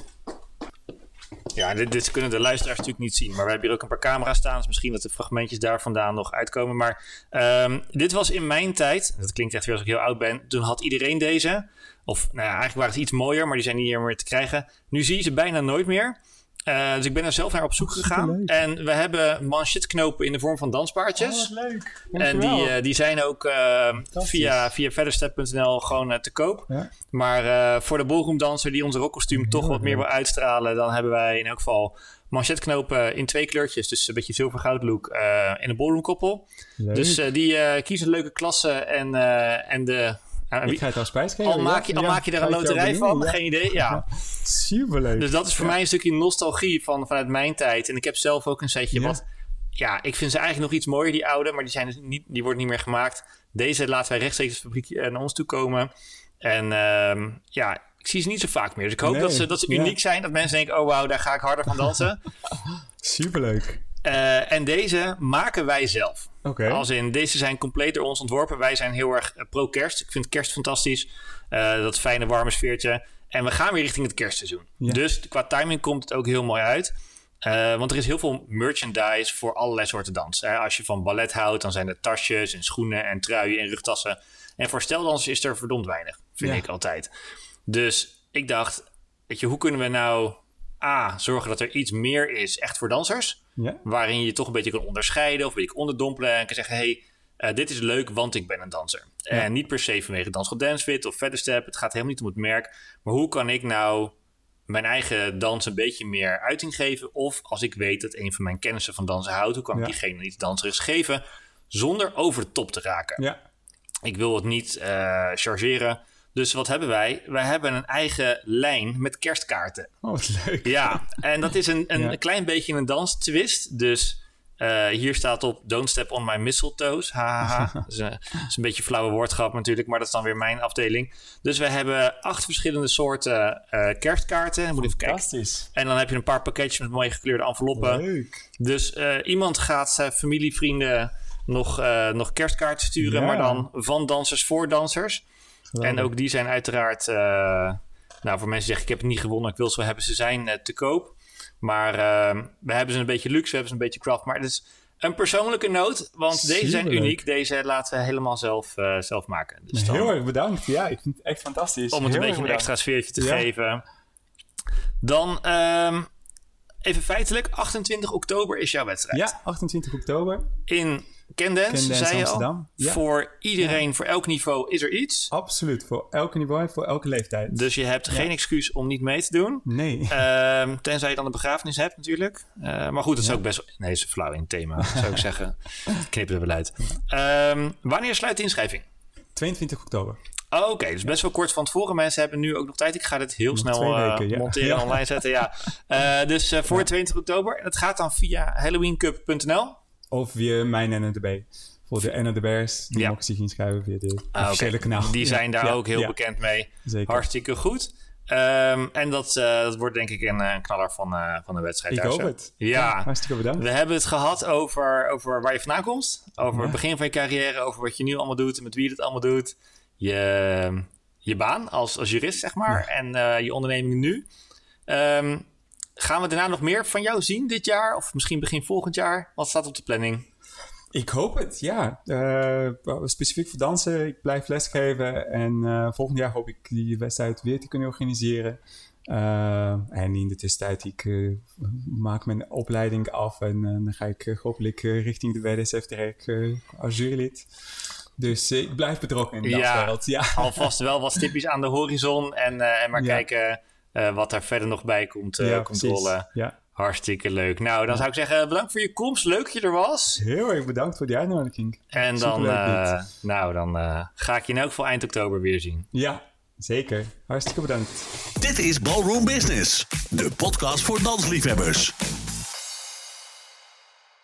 [SPEAKER 2] Ja, dit, dit kunnen de luisteraars natuurlijk niet zien. Maar we hebben hier ook een paar camera's staan. Dus misschien dat de fragmentjes daar vandaan nog uitkomen. Maar um, dit was in mijn tijd. Dat klinkt echt weer als ik heel oud ben. Toen had iedereen deze. Of nou ja, eigenlijk waren ze iets mooier. Maar die zijn niet meer te krijgen. Nu zie je ze bijna nooit meer. Uh, dus ik ben er zelf naar op zoek gegaan. En we hebben manchetknopen in de vorm van danspaardjes.
[SPEAKER 1] Oh, wat leuk.
[SPEAKER 2] En die, uh, die zijn ook uh, via, via verderstep punt n l gewoon uh, te koop. Ja. Maar uh, voor de ballroomdanser die onze rockkostuum toch wat meer wil uitstralen, dan hebben wij in elk geval manchetknopen in twee kleurtjes. Dus een beetje zilver-goud look uh, in een ballroomkoppel. Dus uh, die uh, kiezen leuke klassen en, uh, en de...
[SPEAKER 1] Ja, ik ga het als prijs geven.
[SPEAKER 2] Al maak je, al ja, maak je er een loterij van, ja. Geen idee. Ja.
[SPEAKER 1] Superleuk.
[SPEAKER 2] Dus dat is voor ja. mij een stukje nostalgie van, vanuit mijn tijd. En ik heb zelf ook een setje ja. wat... Ja, ik vind ze eigenlijk nog iets mooier, die oude. Maar die, zijn dus niet, die worden niet meer gemaakt. Deze laten wij rechtstreeks de fabriek naar ons toe komen. En um, ja, ik zie ze niet zo vaak meer. Dus ik hoop nee. dat ze, dat ze uniek ja. zijn. Dat mensen denken, oh wauw, daar ga ik harder van dansen.
[SPEAKER 1] Superleuk.
[SPEAKER 2] Uh, en deze maken wij zelf.
[SPEAKER 1] Okay.
[SPEAKER 2] Als in, deze zijn compleet door ons ontworpen. Wij zijn heel erg uh, pro-kerst. Ik vind kerst fantastisch. Uh, dat fijne, warme sfeertje. En we gaan weer richting het kerstseizoen. Ja. Dus qua timing komt het ook heel mooi uit. Uh, want er is heel veel merchandise voor allerlei soorten dans. Uh, als je van ballet houdt, dan zijn er tasjes en schoenen en truien en rugtassen. En voor steldansers is er verdomd weinig, vind ja. ik altijd. Dus ik dacht, weet je, hoe kunnen we nou... A, zorgen dat er iets meer is echt voor dansers. Ja. Waarin je je toch een beetje kan onderscheiden of een beetje onderdompelen. En kan zeggen, hey, uh, dit is leuk, want ik ben een danser. Ja. En niet per se vanwege Dance God Dance Fit of Featherstep. Het gaat helemaal niet om het merk. Maar hoe kan ik nou mijn eigen dans een beetje meer uiting geven? Of als ik weet dat een van mijn kennissen van dansen houdt, hoe kan ja. ik diegene iets danserigs geven zonder over de top te raken? Ja. Ik wil het niet uh, chargeren. Dus wat hebben wij? Wij hebben een eigen lijn met kerstkaarten.
[SPEAKER 1] Oh, wat leuk.
[SPEAKER 2] Ja, en dat is een, een ja. klein beetje een danstwist. Dus Uh, hier staat op Don't step on my mistletoes. Hahaha. Dat is, uh, is een beetje een flauwe woordgrap natuurlijk, maar dat is dan weer mijn afdeling. Dus we hebben acht verschillende soorten uh, kerstkaarten. Moet even
[SPEAKER 1] Fantastisch.
[SPEAKER 2] kijken. En dan heb je een paar pakketjes met mooie gekleurde enveloppen.
[SPEAKER 1] Leuk.
[SPEAKER 2] Dus uh, iemand gaat zijn familie, vrienden nog, uh, nog kerstkaarten sturen,
[SPEAKER 1] Ja.
[SPEAKER 2] maar dan van dansers voor dansers.
[SPEAKER 1] Geweldig.
[SPEAKER 2] En ook die zijn uiteraard, uh, nou voor mensen die zeggen ik heb het niet gewonnen, ik wil ze wel hebben, ze zijn uh, te koop. Maar uh, we hebben ze een beetje luxe, we hebben ze een beetje craft. Maar het is een persoonlijke noot, want deze zijn
[SPEAKER 1] Superleuk.
[SPEAKER 2] uniek. Deze laten we helemaal zelf, uh, zelf maken. Dus dan,
[SPEAKER 1] Heel erg bedankt. Ja, ik vind het echt fantastisch.
[SPEAKER 2] om het een
[SPEAKER 1] Heel
[SPEAKER 2] beetje
[SPEAKER 1] erg
[SPEAKER 2] een extra sfeertje te
[SPEAKER 1] Ja.
[SPEAKER 2] geven. Dan um, even feitelijk, achtentwintig oktober is jouw wedstrijd.
[SPEAKER 1] Ja, achtentwintig oktober.
[SPEAKER 2] In Candance,
[SPEAKER 1] Candance
[SPEAKER 2] zei je al.
[SPEAKER 1] Amsterdam. Ja.
[SPEAKER 2] Voor iedereen, voor elk niveau is er iets.
[SPEAKER 1] Absoluut, voor elke niveau en voor elke leeftijd.
[SPEAKER 2] Dus je hebt geen excuus om niet mee te doen.
[SPEAKER 1] Nee.
[SPEAKER 2] Um, tenzij je dan een begrafenis hebt natuurlijk. Uh, maar goed, dat is ook best wel... Nee, dat is flauw in het thema, zou ik zeggen. Knip er wel uit. Um, wanneer sluit de inschrijving?
[SPEAKER 1] tweeëntwintig oktober.
[SPEAKER 2] Oh, Oké, okay, dus best wel kort van tevoren. Mensen hebben nu ook nog tijd. Ik ga dit heel
[SPEAKER 1] Nog
[SPEAKER 2] snel
[SPEAKER 1] twee
[SPEAKER 2] uh,
[SPEAKER 1] weken, ja.
[SPEAKER 2] monteren en
[SPEAKER 1] Ja.
[SPEAKER 2] online zetten. Ja. Uh, dus uh, voor
[SPEAKER 1] Ja.
[SPEAKER 2] tweeëntwintig oktober. En het gaat dan via halloween cup punt n l.
[SPEAKER 1] Of via mijn N N D B. Voor de N N D B'ers, die
[SPEAKER 2] Ja.
[SPEAKER 1] mogen zich inschrijven via de
[SPEAKER 2] Ah,
[SPEAKER 1] officiële
[SPEAKER 2] oké.
[SPEAKER 1] kanaal.
[SPEAKER 2] Die
[SPEAKER 1] Ja.
[SPEAKER 2] zijn daar
[SPEAKER 1] Ja.
[SPEAKER 2] ook heel
[SPEAKER 1] Ja.
[SPEAKER 2] bekend mee.
[SPEAKER 1] Zeker.
[SPEAKER 2] Hartstikke goed. Um, en dat, uh, dat wordt denk ik een, een knaller van, uh, van de wedstrijd.
[SPEAKER 1] Ik
[SPEAKER 2] daar
[SPEAKER 1] hoop
[SPEAKER 2] zo.
[SPEAKER 1] het.
[SPEAKER 2] Ja.
[SPEAKER 1] Hartstikke bedankt.
[SPEAKER 2] We hebben het gehad over, over waar je vandaan komt. Over
[SPEAKER 1] Ja.
[SPEAKER 2] het begin van je carrière. Over wat je nu allemaal doet. En met wie je het allemaal doet. Je, je baan als, als jurist, zeg maar.
[SPEAKER 1] Ja.
[SPEAKER 2] En uh, je onderneming nu. Um, gaan we daarna nog meer van jou zien dit jaar? Of misschien begin volgend jaar? Wat staat op de planning?
[SPEAKER 1] Ik hoop het, ja. Uh, specifiek voor dansen. Ik blijf lesgeven. En uh, volgend jaar hoop ik die wedstrijd weer te kunnen organiseren. Uh, en in de tussentijd, ik uh, maak mijn opleiding af. En uh, dan ga ik uh, hopelijk uh, richting de W D S F direct uh, als jurylid. Dus uh, ik blijf betrokken in de
[SPEAKER 2] Ja.
[SPEAKER 1] danswereld. Ja,
[SPEAKER 2] Alvast wel wat stipjes aan de horizon. En, uh, en maar
[SPEAKER 1] Ja.
[SPEAKER 2] kijken uh, wat daar verder nog bij komt, uh,
[SPEAKER 1] ja,
[SPEAKER 2] komt
[SPEAKER 1] precies.
[SPEAKER 2] rollen.
[SPEAKER 1] Ja.
[SPEAKER 2] Hartstikke leuk. Nou, dan zou ik zeggen, bedankt voor je komst. Leuk dat je er was.
[SPEAKER 1] Heel erg bedankt voor die uitnodiging.
[SPEAKER 2] En dan,
[SPEAKER 1] Superleuk
[SPEAKER 2] uh,
[SPEAKER 1] dit.
[SPEAKER 2] nou, dan uh, ga ik je in elk geval eind oktober weer zien.
[SPEAKER 1] Ja, zeker. Hartstikke bedankt.
[SPEAKER 3] Dit is Ballroom Business, de podcast voor dansliefhebbers.